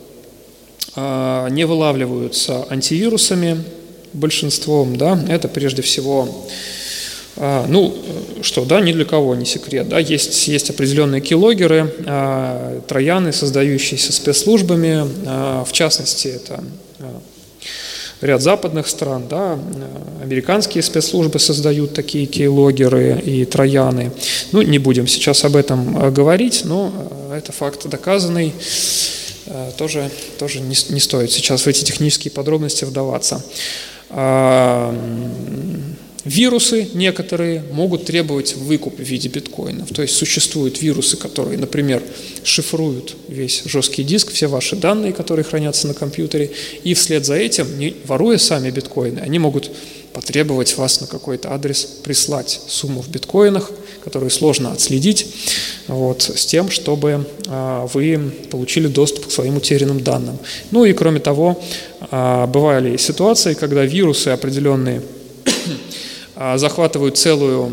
антивирусами большинством, да, это прежде всего, ни для кого не секрет, да, есть определенные кейлогеры, трояны, создающиеся спецслужбами, в частности, это ряд западных стран, да, американские спецслужбы создают такие кейлогеры и трояны. Ну, не будем сейчас об этом говорить, но это факт доказанный. Тоже не стоит сейчас в эти технические подробности вдаваться. Вирусы некоторые могут требовать выкуп в виде биткоинов. То есть существуют вирусы, которые, например, шифруют весь жесткий диск, все ваши данные, которые хранятся на компьютере, и вслед за этим, не воруя сами биткоины, они могут потребовать вас на какой-то адрес прислать сумму в биткоинах, которую сложно отследить, с тем, чтобы вы получили доступ к своим утерянным данным. Ну и кроме того, бывали ситуации, когда вирусы определенные захватывают целые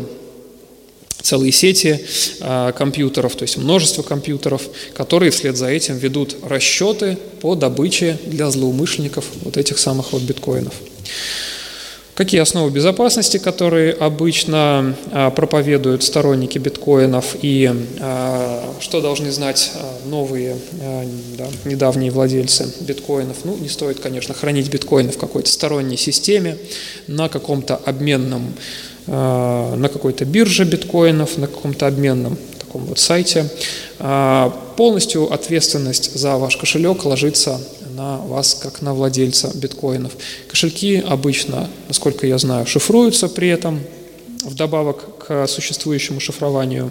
сети компьютеров, то есть множество компьютеров, которые вслед за этим ведут расчеты по добыче для злоумышленников вот этих самых биткоинов. Какие основы безопасности, которые обычно проповедуют сторонники биткоинов, и что должны знать новые, недавние владельцы биткоинов? Не стоит, конечно, хранить биткоины в какой-то сторонней системе, на каком-то обменном, на какой-то бирже биткоинов, на каком-то обменном таком сайте. Полностью ответственность за ваш кошелек ложится на вас, как на владельца биткоинов. Кошельки обычно, насколько я знаю, шифруются при этом, вдобавок к существующему шифрованию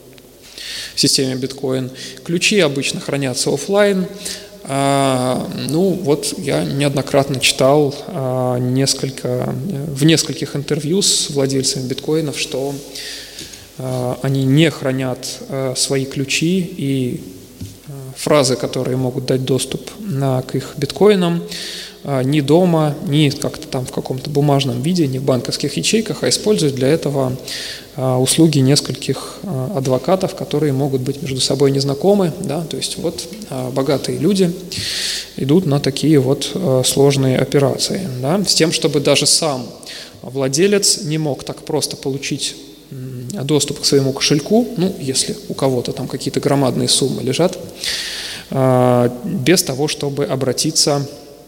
в системе биткоин. Ключи обычно хранятся офлайн. Я неоднократно читал в нескольких интервью с владельцами биткоинов, что они не хранят свои ключи и фразы, которые могут дать доступ к их биткоинам, ни дома, ни как-то там в каком-то бумажном виде, ни в банковских ячейках, а используют для этого услуги нескольких адвокатов, которые могут быть между собой незнакомы, да, то есть богатые люди идут на такие сложные операции, да, с тем, чтобы даже сам владелец не мог так просто получить доступ к своему кошельку, если у кого-то там какие-то громадные суммы лежат, без того, чтобы обратиться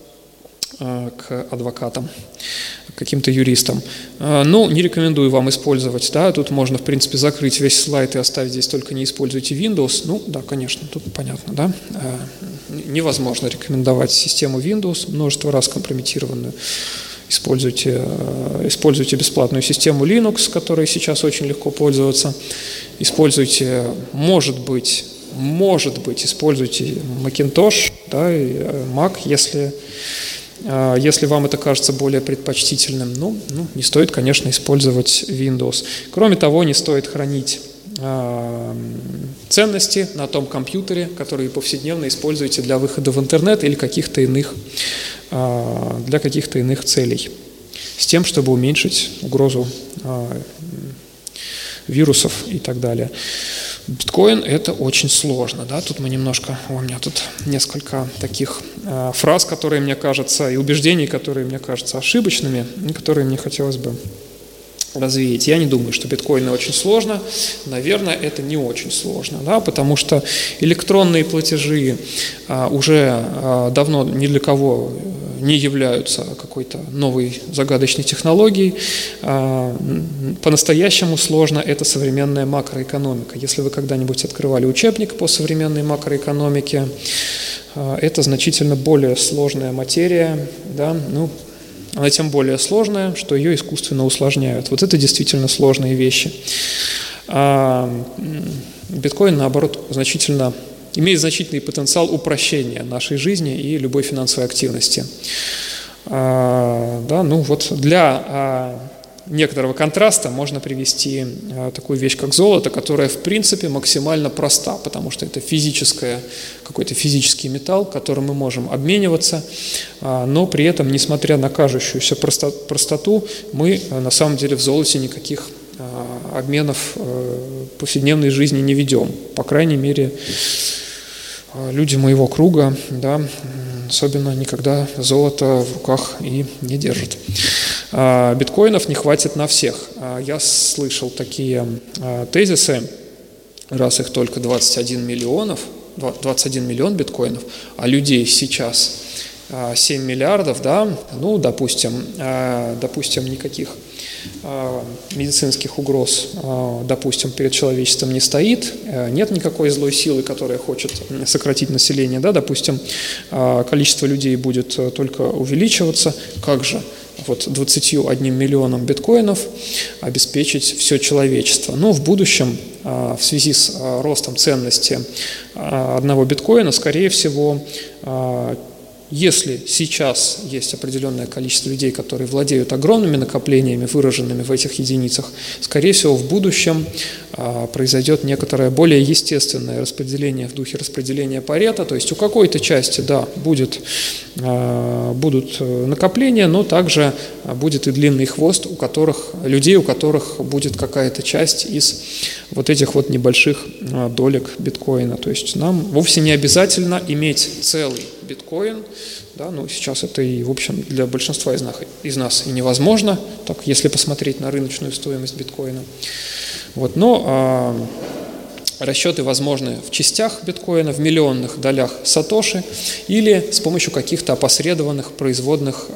к адвокатам, к каким-то юристам. Не рекомендую вам использовать, да, тут можно, в принципе, закрыть весь слайд и оставить здесь только не используйте Windows. Да, конечно, тут понятно, да. Невозможно рекомендовать систему Windows, множество раз компрометированную. Используйте бесплатную систему Linux, которой сейчас очень легко пользоваться. Используйте, может быть, используйте Macintosh, да, и Mac, если Если вам это кажется более предпочтительным, не стоит, конечно, использовать Windows. Кроме того, не стоит хранить ценности на том компьютере, который повседневно используете для выхода в интернет или для каких-то иных целей, с тем, чтобы уменьшить угрозу вирусов и так далее. Биткоин – это очень сложно. Да? Тут мы немножко… У меня тут несколько таких фраз, которые мне кажутся, и убеждений, которые мне кажутся ошибочными, и которые мне хотелось бы развеять. Я не думаю, что биткоины очень сложно. Наверное, это не очень сложно, да? Потому что электронные платежи уже давно ни для кого не являются какой-то новой загадочной технологией. По-настоящему сложно это современная макроэкономика. Если вы когда-нибудь открывали учебник по современной макроэкономике, это значительно более сложная материя, да? Она тем более сложная, что ее искусственно усложняют. Вот это действительно сложные вещи. Биткоин, наоборот, имеет значительный потенциал упрощения нашей жизни и любой финансовой активности. Для некоторого контраста можно привести такую вещь, как золото, которая, в принципе, максимально проста, потому что это какой-то физический металл, которым мы можем обмениваться, но при этом, несмотря на кажущуюся простоту, мы на самом деле в золоте никаких обменов повседневной жизни не ведем. По крайней мере, люди моего круга, да, особенно никогда золото в руках и не держат. Биткоинов не хватит на всех. Я слышал такие тезисы, раз их только 21 миллион биткоинов, а людей сейчас 7 миллиардов, да, допустим, никаких медицинских угроз, допустим, перед человечеством не стоит, нет никакой злой силы, которая хочет сократить население, да, допустим, количество людей будет только увеличиваться, как же 21 миллионом биткоинов обеспечить все человечество? В будущем, в связи с ростом ценности одного биткоина, скорее всего, если сейчас есть определенное количество людей, которые владеют огромными накоплениями, выраженными в этих единицах, скорее всего, в будущем произойдет некоторое более естественное распределение в духе распределения Парето, то есть у какой-то части, да, будут накопления, но также будет и длинный хвост людей, у которых будет какая-то часть из вот этих вот небольших долек биткоина. То есть нам вовсе не обязательно иметь целый биткоин, да, сейчас это и, в общем, для большинства из нас и невозможно, так, если посмотреть на рыночную стоимость биткоина. Но расчеты возможны в частях биткоина, в миллионных долях сатоши или с помощью каких-то опосредованных производных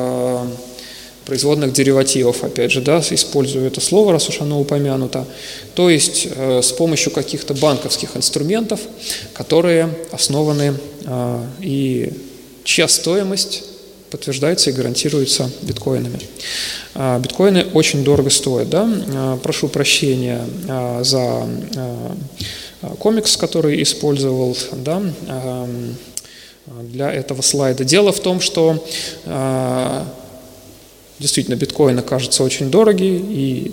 деривативов, опять же, да, использую это слово, раз уж оно упомянуто, то есть с помощью каких-то банковских инструментов, которые основаны и чья стоимость подтверждается и гарантируется биткоинами. Биткоины очень дорого стоят, да? Прошу прощения за комикс, который использовал, да, для этого слайда. Дело в том, что действительно биткоины кажутся очень дорогие, и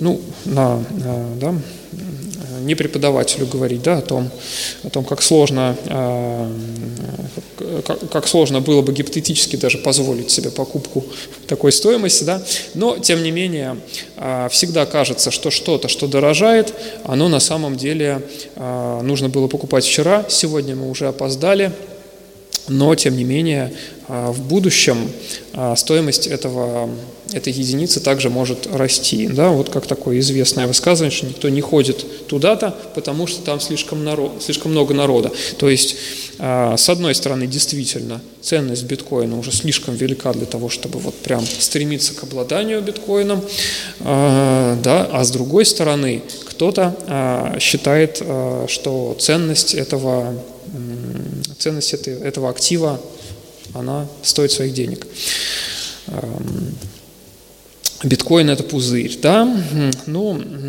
не преподавателю говорить, да, о том, как сложно было бы гипотетически даже позволить себе покупку такой стоимости, да, но тем не менее всегда кажется, что что-то, что дорожает, оно на самом деле нужно было покупать вчера, сегодня мы уже опоздали. Но, тем не менее, в будущем стоимость этой единицы также может расти. Да? Вот как такое известное высказывание, что никто не ходит туда-то, потому что там слишком много народа. То есть, с одной стороны, действительно, ценность биткоина уже слишком велика для того, чтобы вот прям стремиться к обладанию биткоином, да? А с другой стороны, кто-то считает, что ценность этого актива, она стоит своих денег. Биткоин – это пузырь, да?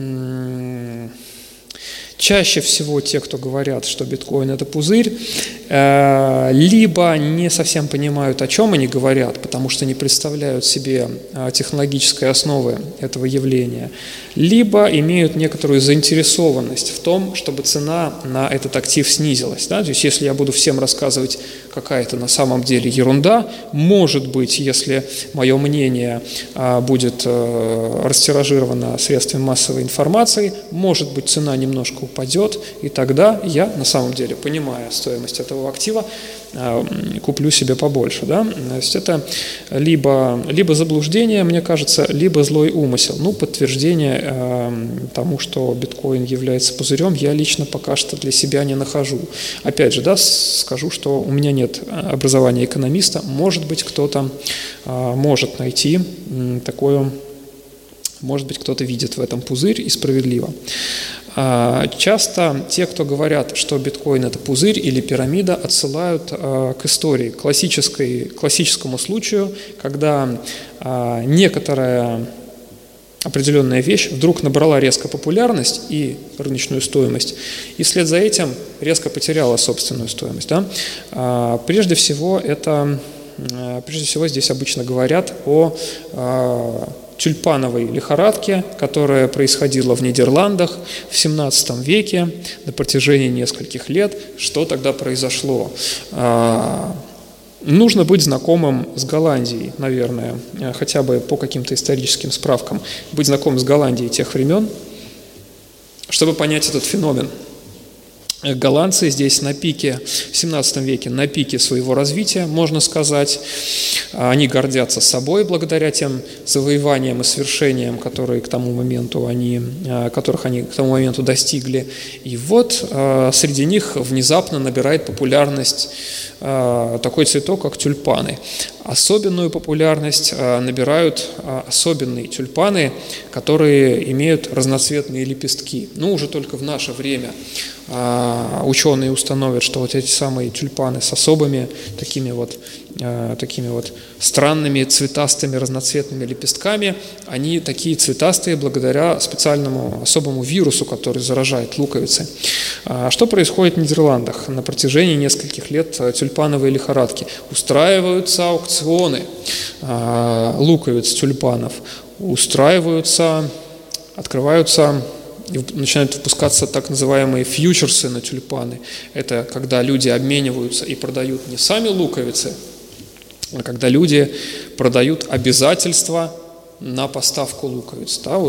Чаще всего те, кто говорят, что биткоин – это пузырь, либо не совсем понимают, о чем они говорят, потому что не представляют себе технологической основы этого явления, либо имеют некоторую заинтересованность в том, чтобы цена на этот актив снизилась. Да? То есть если я буду всем рассказывать, какая это на самом деле ерунда, может быть, если мое мнение будет растиражировано средствами массовой информации, может быть, цена немножко упадет, и тогда я, на самом деле, понимая стоимость этого актива, куплю себе побольше. Да? То есть это либо заблуждение, мне кажется, либо злой умысел. Подтверждение тому, что биткоин является пузырем, я лично пока что для себя не нахожу. Опять же, да, скажу, что у меня нет образования экономиста, может быть, кто-то может найти такое, может быть, кто-то видит в этом пузырь и справедливо. Часто те, кто говорят, что биткоин – это пузырь или пирамида, отсылают к истории, классическому случаю, когда некоторая определенная вещь вдруг набрала резко популярность и рыночную стоимость, и вслед за этим резко потеряла собственную стоимость. Да? Прежде всего здесь обычно говорят о тюльпановой лихорадке, которая происходила в Нидерландах в XVII веке на протяжении нескольких лет. Что тогда произошло? Нужно быть знакомым с Голландией, наверное, хотя бы по каким-то историческим справкам, быть знакомым с Голландией тех времен, чтобы понять этот феномен. Голландцы здесь на пике, в XVII веке, на пике своего развития, можно сказать. Они гордятся собой благодаря тем завоеваниям и свершениям, которых они к тому моменту достигли. И вот среди них внезапно набирает популярность такой цветок, как тюльпаны. Особенную популярность набирают особенные тюльпаны, которые имеют разноцветные лепестки. Уже только в наше время ученые установят, что вот эти самые тюльпаны с особыми такими вот странными цветастыми разноцветными лепестками, они такие цветастые благодаря специальному особому вирусу, который заражает луковицы. Что происходит в Нидерландах? На протяжении нескольких лет тюльпановой лихорадки устраиваются аукционы луковиц тюльпанов, открываются и начинают выпускаться так называемые фьючерсы на тюльпаны. Это когда люди обмениваются и продают не сами луковицы, а когда люди продают обязательства на поставку луковиц. Да,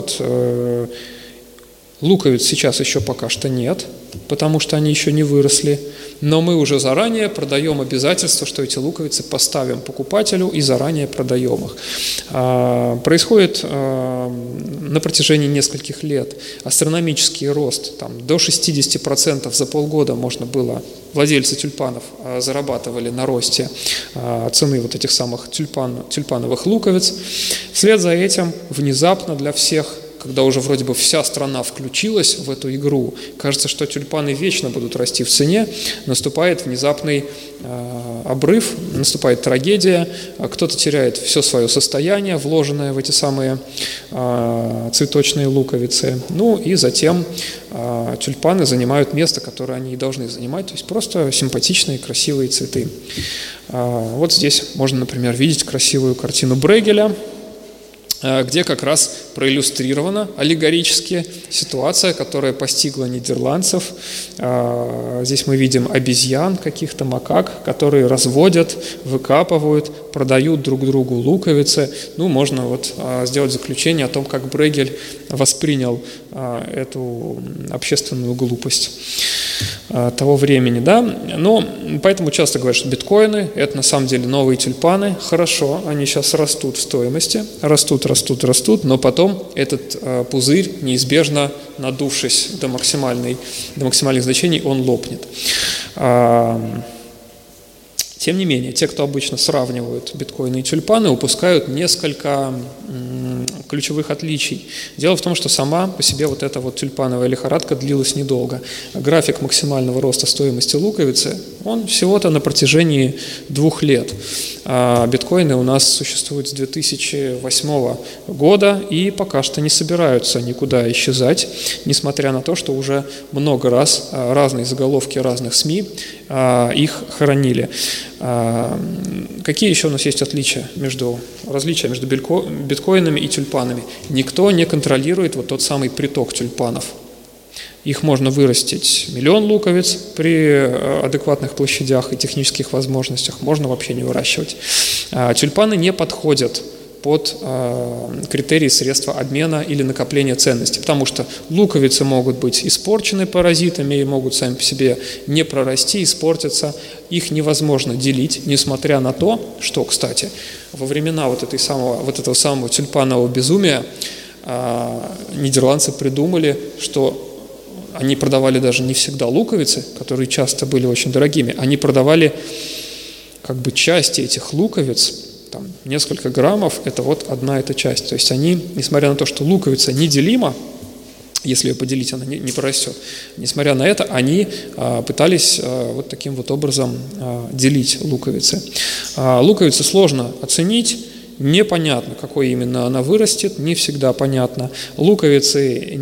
луковиц сейчас еще пока что нет, потому что они еще не выросли, но мы уже заранее продаем обязательства, что эти луковицы поставим покупателю и заранее продаем их. Происходит на протяжении нескольких лет астрономический рост, до 60% за полгода владельцы тюльпанов зарабатывали на росте цены вот этих самых тюльпановых луковиц. Вслед за этим внезапно для всех, когда уже вроде бы вся страна включилась в эту игру, кажется, что тюльпаны вечно будут расти в цене, наступает внезапный обрыв, наступает трагедия, кто-то теряет все свое состояние, вложенное в эти самые цветочные луковицы, и затем тюльпаны занимают место, которое они и должны занимать, то есть просто симпатичные, красивые цветы. Вот здесь можно, например, видеть красивую картину Брегеля, где как раз проиллюстрирована аллегорически ситуация, которая постигла нидерландцев. Здесь мы видим обезьян, каких-то макак, которые разводят, выкапывают, продают друг другу луковицы. Можно сделать заключение о том, как Брегель воспринял эту общественную глупость того времени, да, поэтому часто говорят, что биткоины – это на самом деле новые тюльпаны, хорошо, они сейчас растут в стоимости, растут, но потом этот пузырь, неизбежно надувшись до максимальных значений, он лопнет. Тем не менее, те, кто обычно сравнивают биткоины и тюльпаны, упускают несколько ключевых отличий. Дело в том, что сама по себе эта тюльпановая лихорадка длилась недолго. График максимального роста стоимости луковицы Он всего-то на протяжении 2 лет. Биткоины у нас существуют с 2008 года и пока что не собираются никуда исчезать, несмотря на то, что уже много раз разные заголовки разных СМИ их хоронили. Какие еще у нас есть различия между биткоинами и тюльпанами? Никто не контролирует вот тот самый приток тюльпанов. Их можно вырастить 1 000 000 луковиц при адекватных площадях и технических возможностях, можно вообще не выращивать. Тюльпаны не подходят под критерии средства обмена или накопления ценностей, потому что луковицы могут быть испорчены паразитами и могут сами по себе не прорасти, испортиться. Их невозможно делить, несмотря на то, что, кстати, во времена вот этого самого тюльпанового безумия нидерландцы придумали, что они продавали даже не всегда луковицы, которые часто были очень дорогими, они продавали как бы части этих луковиц, там несколько граммов, это вот одна эта часть. То есть они, несмотря на то, что луковица неделима, если ее поделить, она не прорастет, несмотря на это, они пытались вот таким вот образом делить луковицы. Луковицу сложно оценить, непонятно, какой именно она вырастет, не всегда понятно. Луковицы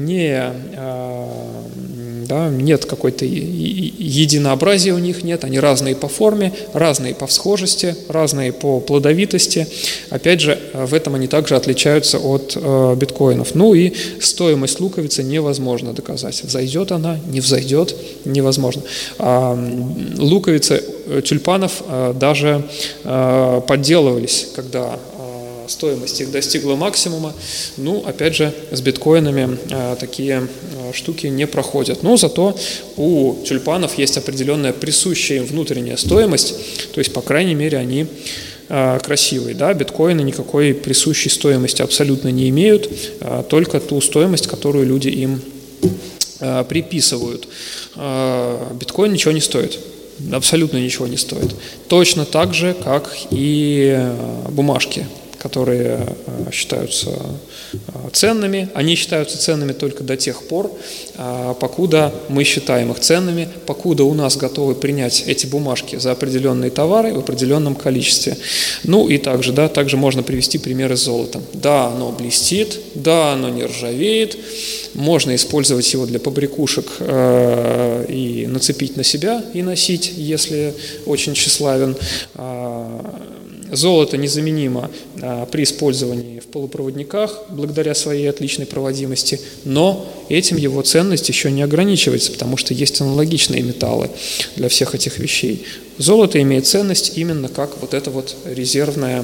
нет какой-то единообразия у них нет, они разные по форме, разные по всхожести, разные по плодовитости. Опять же, в этом они также отличаются от биткоинов. Ну и стоимость луковицы невозможно доказать. Взойдет она, не взойдет, невозможно. Луковицы тюльпанов даже подделывались, когда стоимость их достигла максимума. Ну, опять же, с биткоинами такие штуки не проходят. Но зато у тюльпанов есть определенная присущая им внутренняя стоимость, то есть, по крайней мере, они красивые. Да? Биткоины никакой присущей стоимости абсолютно не имеют, только ту стоимость, которую люди им приписывают. Биткоин ничего не стоит. Абсолютно ничего не стоит. Точно так же, как и бумажки, которые считаются ценными. Они считаются ценными только до тех пор, покуда мы считаем их ценными, покуда у нас готовы принять эти бумажки за определенные товары в определенном количестве. Ну и также можно привести примеры с золотом. Да, оно блестит, да, оно не ржавеет, можно использовать его для побрякушек и нацепить на себя и носить, если очень тщеславен. Золото незаменимо при использовании в полупроводниках благодаря своей отличной проводимости, но этим его ценность еще не ограничивается, потому что есть аналогичные металлы для всех этих вещей. Золото имеет ценность именно как вот эта вот резервная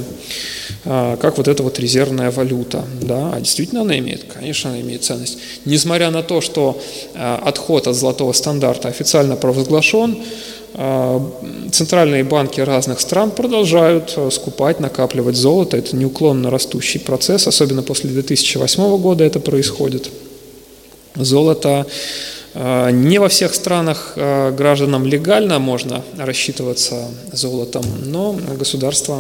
валюта. Да? А действительно она имеет? Конечно, она имеет ценность. Несмотря на то, что отход от золотого стандарта официально провозглашен, центральные банки разных стран продолжают скупать, накапливать золото. Это неуклонно растущий процесс, особенно после 2008 года это происходит. Золото не во всех странах гражданам легально можно рассчитываться золотом, но государство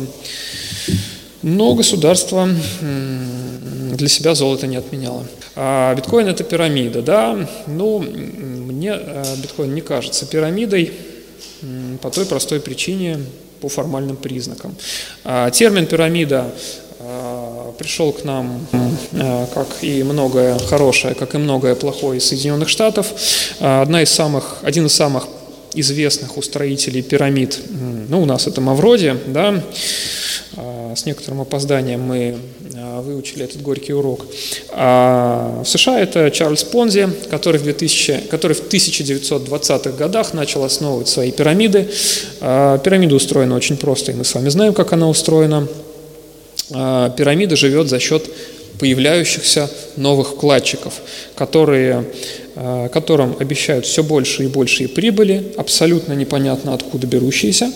для себя золото не отменяло. Биткоин – это пирамида, да? Ну, мне биткоин не кажется пирамидой, по той простой причине, по формальным признакам. Термин «пирамида» пришел к нам, как и многое хорошее, как и многое плохое из Соединенных Штатов. Один из самых известных устроителей пирамид, у нас это Мавроди, да, с некоторым опозданием мы выучили этот горький урок. В США это Чарльз Понзи, который в 1920-х годах начал основывать свои пирамиды. Пирамида устроена очень просто, и мы с вами знаем, как она устроена. Пирамида живет за счет появляющихся новых вкладчиков, которым обещают все больше и большие прибыли, абсолютно непонятно откуда берущиеся.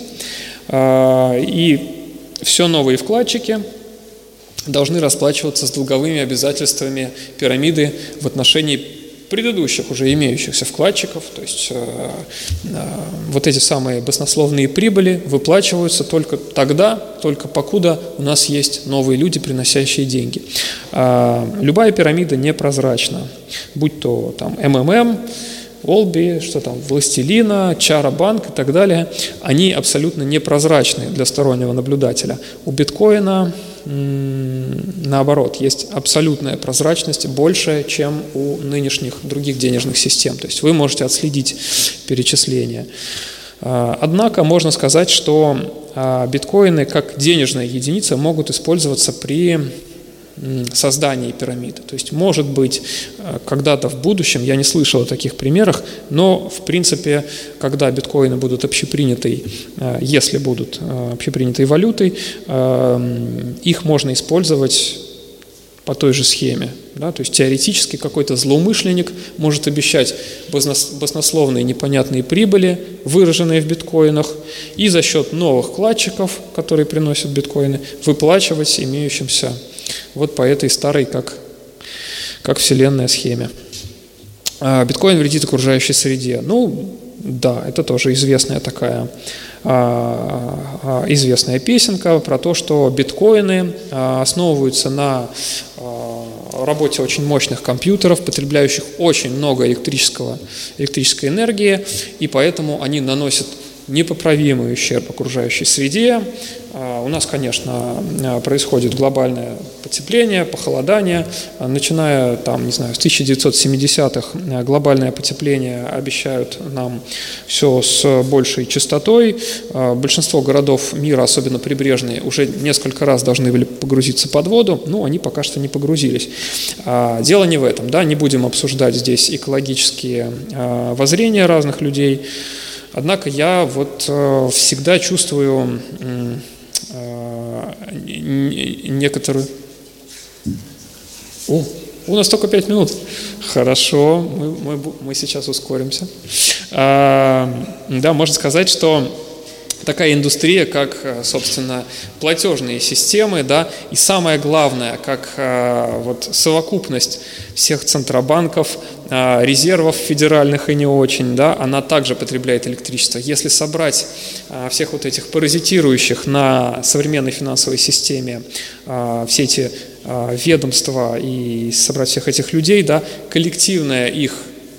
И все новые вкладчики должны расплачиваться с долговыми обязательствами пирамиды в отношении предыдущих уже имеющихся вкладчиков. То есть вот эти самые баснословные прибыли выплачиваются только тогда, только покуда у нас есть новые люди, приносящие деньги. Любая пирамида непрозрачна, будь то там МММ, Олби, что там, Властелина, Чара-банк и так далее, они абсолютно непрозрачны для стороннего наблюдателя. У биткоина, наоборот, есть абсолютная прозрачность, большая, чем у нынешних других денежных систем. То есть вы можете отследить перечисления. Однако можно сказать, что биткоины как денежная единица могут использоваться при создании пирамиды. То есть, может быть, когда-то в будущем, я не слышал о таких примерах, но, в принципе, когда биткоины будут общепринятой, если будут общепринятой валютой, их можно использовать по той же схеме. Да? То есть, теоретически какой-то злоумышленник может обещать баснословные непонятные прибыли, выраженные в биткоинах, и за счет новых вкладчиков, которые приносят биткоины, выплачивать имеющимся вот по этой старой, как вселенная схеме. Биткоин вредит окружающей среде. Ну, да, это тоже известная песенка про то, что биткоины основываются на работе очень мощных компьютеров, потребляющих очень много электрической энергии, и поэтому они наносят непоправимый ущерб окружающей среде. У нас, конечно, происходит глобальное потепление, похолодание. Начиная, там, не знаю, с 1970-х глобальное потепление обещают нам все с большей частотой. Большинство городов мира, особенно прибрежные, уже несколько раз должны были погрузиться под воду, но они пока что не погрузились. Дело не в этом, да, не будем обсуждать здесь экологические воззрения разных людей. Однако я вот всегда чувствую некоторую... У нас только 5 минут. Хорошо, мы сейчас ускоримся. Да, можно сказать, что такая индустрия, как, собственно, платежные системы, да, и самое главное, как вот совокупность всех центробанков, резервов федеральных и не очень, да, она также потребляет электричество. Если собрать всех вот этих паразитирующих на современной финансовой системе все эти ведомства и собрать всех этих людей, да, коллективная их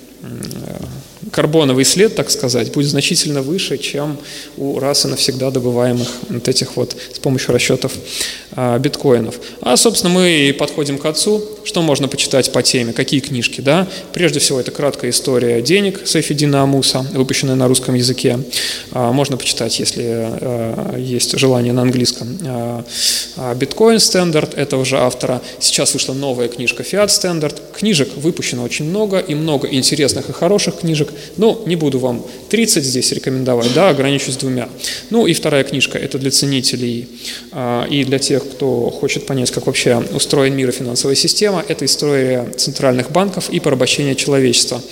карбоновый след, так сказать, будет значительно выше, чем у раз и навсегда добываемых вот этих вот с помощью расчетов биткоинов. Собственно, мы подходим к концу. Что можно почитать по теме? Какие книжки? Да? Прежде всего, это краткая история денег Сайфеддина Амуса, выпущенная на русском языке. Можно почитать, если есть желание, на английском. Bitcoin Standard этого же автора. Сейчас вышла новая книжка Fiat Standard. Книжек выпущено очень много, и много интересных и хороших книжек. Но не буду вам 30 здесь рекомендовать, да, ограничусь 2. Ну и вторая книжка, это для ценителей и для тех, кто хочет понять, как вообще устроен мир и финансовая система. Это история центральных банков и порабощения человечества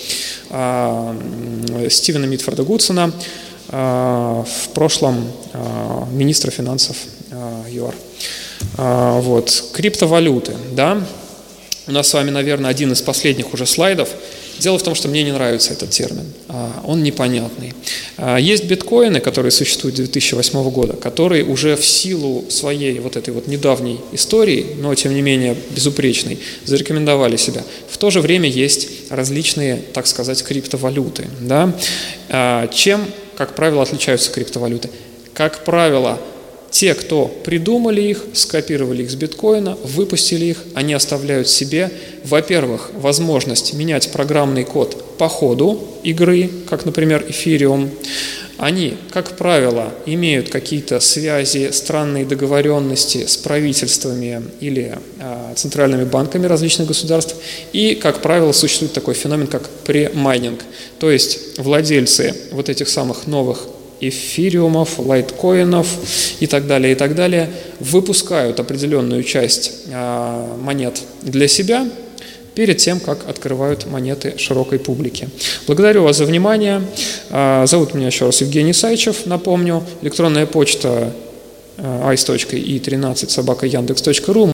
Стивена Митфорда Гудсона, в прошлом министра финансов ЮАР. Вот. Криптовалюты, да. У нас с вами, наверное, один из последних уже слайдов. Дело в том, что мне не нравится этот термин, он непонятный. Есть биткоины, которые существуют с 2008 года, которые уже в силу своей вот этой вот недавней истории, но тем не менее безупречной, зарекомендовали себя. В то же время есть различные, так сказать, криптовалюты. Да? Чем, как правило, отличаются криптовалюты? Как правило, те, кто придумали их, скопировали их с биткоина, выпустили их, они оставляют себе, во-первых, возможность менять программный код по ходу игры, как, например, Ethereum. Они, как правило, имеют какие-то связи, странные договоренности с правительствами или центральными банками различных государств. И, как правило, существует такой феномен, как премайнинг. То есть владельцы вот этих самых новых эфириумов, лайткоинов и так далее, выпускают определенную часть монет для себя перед тем, как открывают монеты широкой публике. Благодарю вас за внимание. Зовут меня еще раз Евгений Сайчев, напомню. Электронная почта ice.i13@yandex.ru.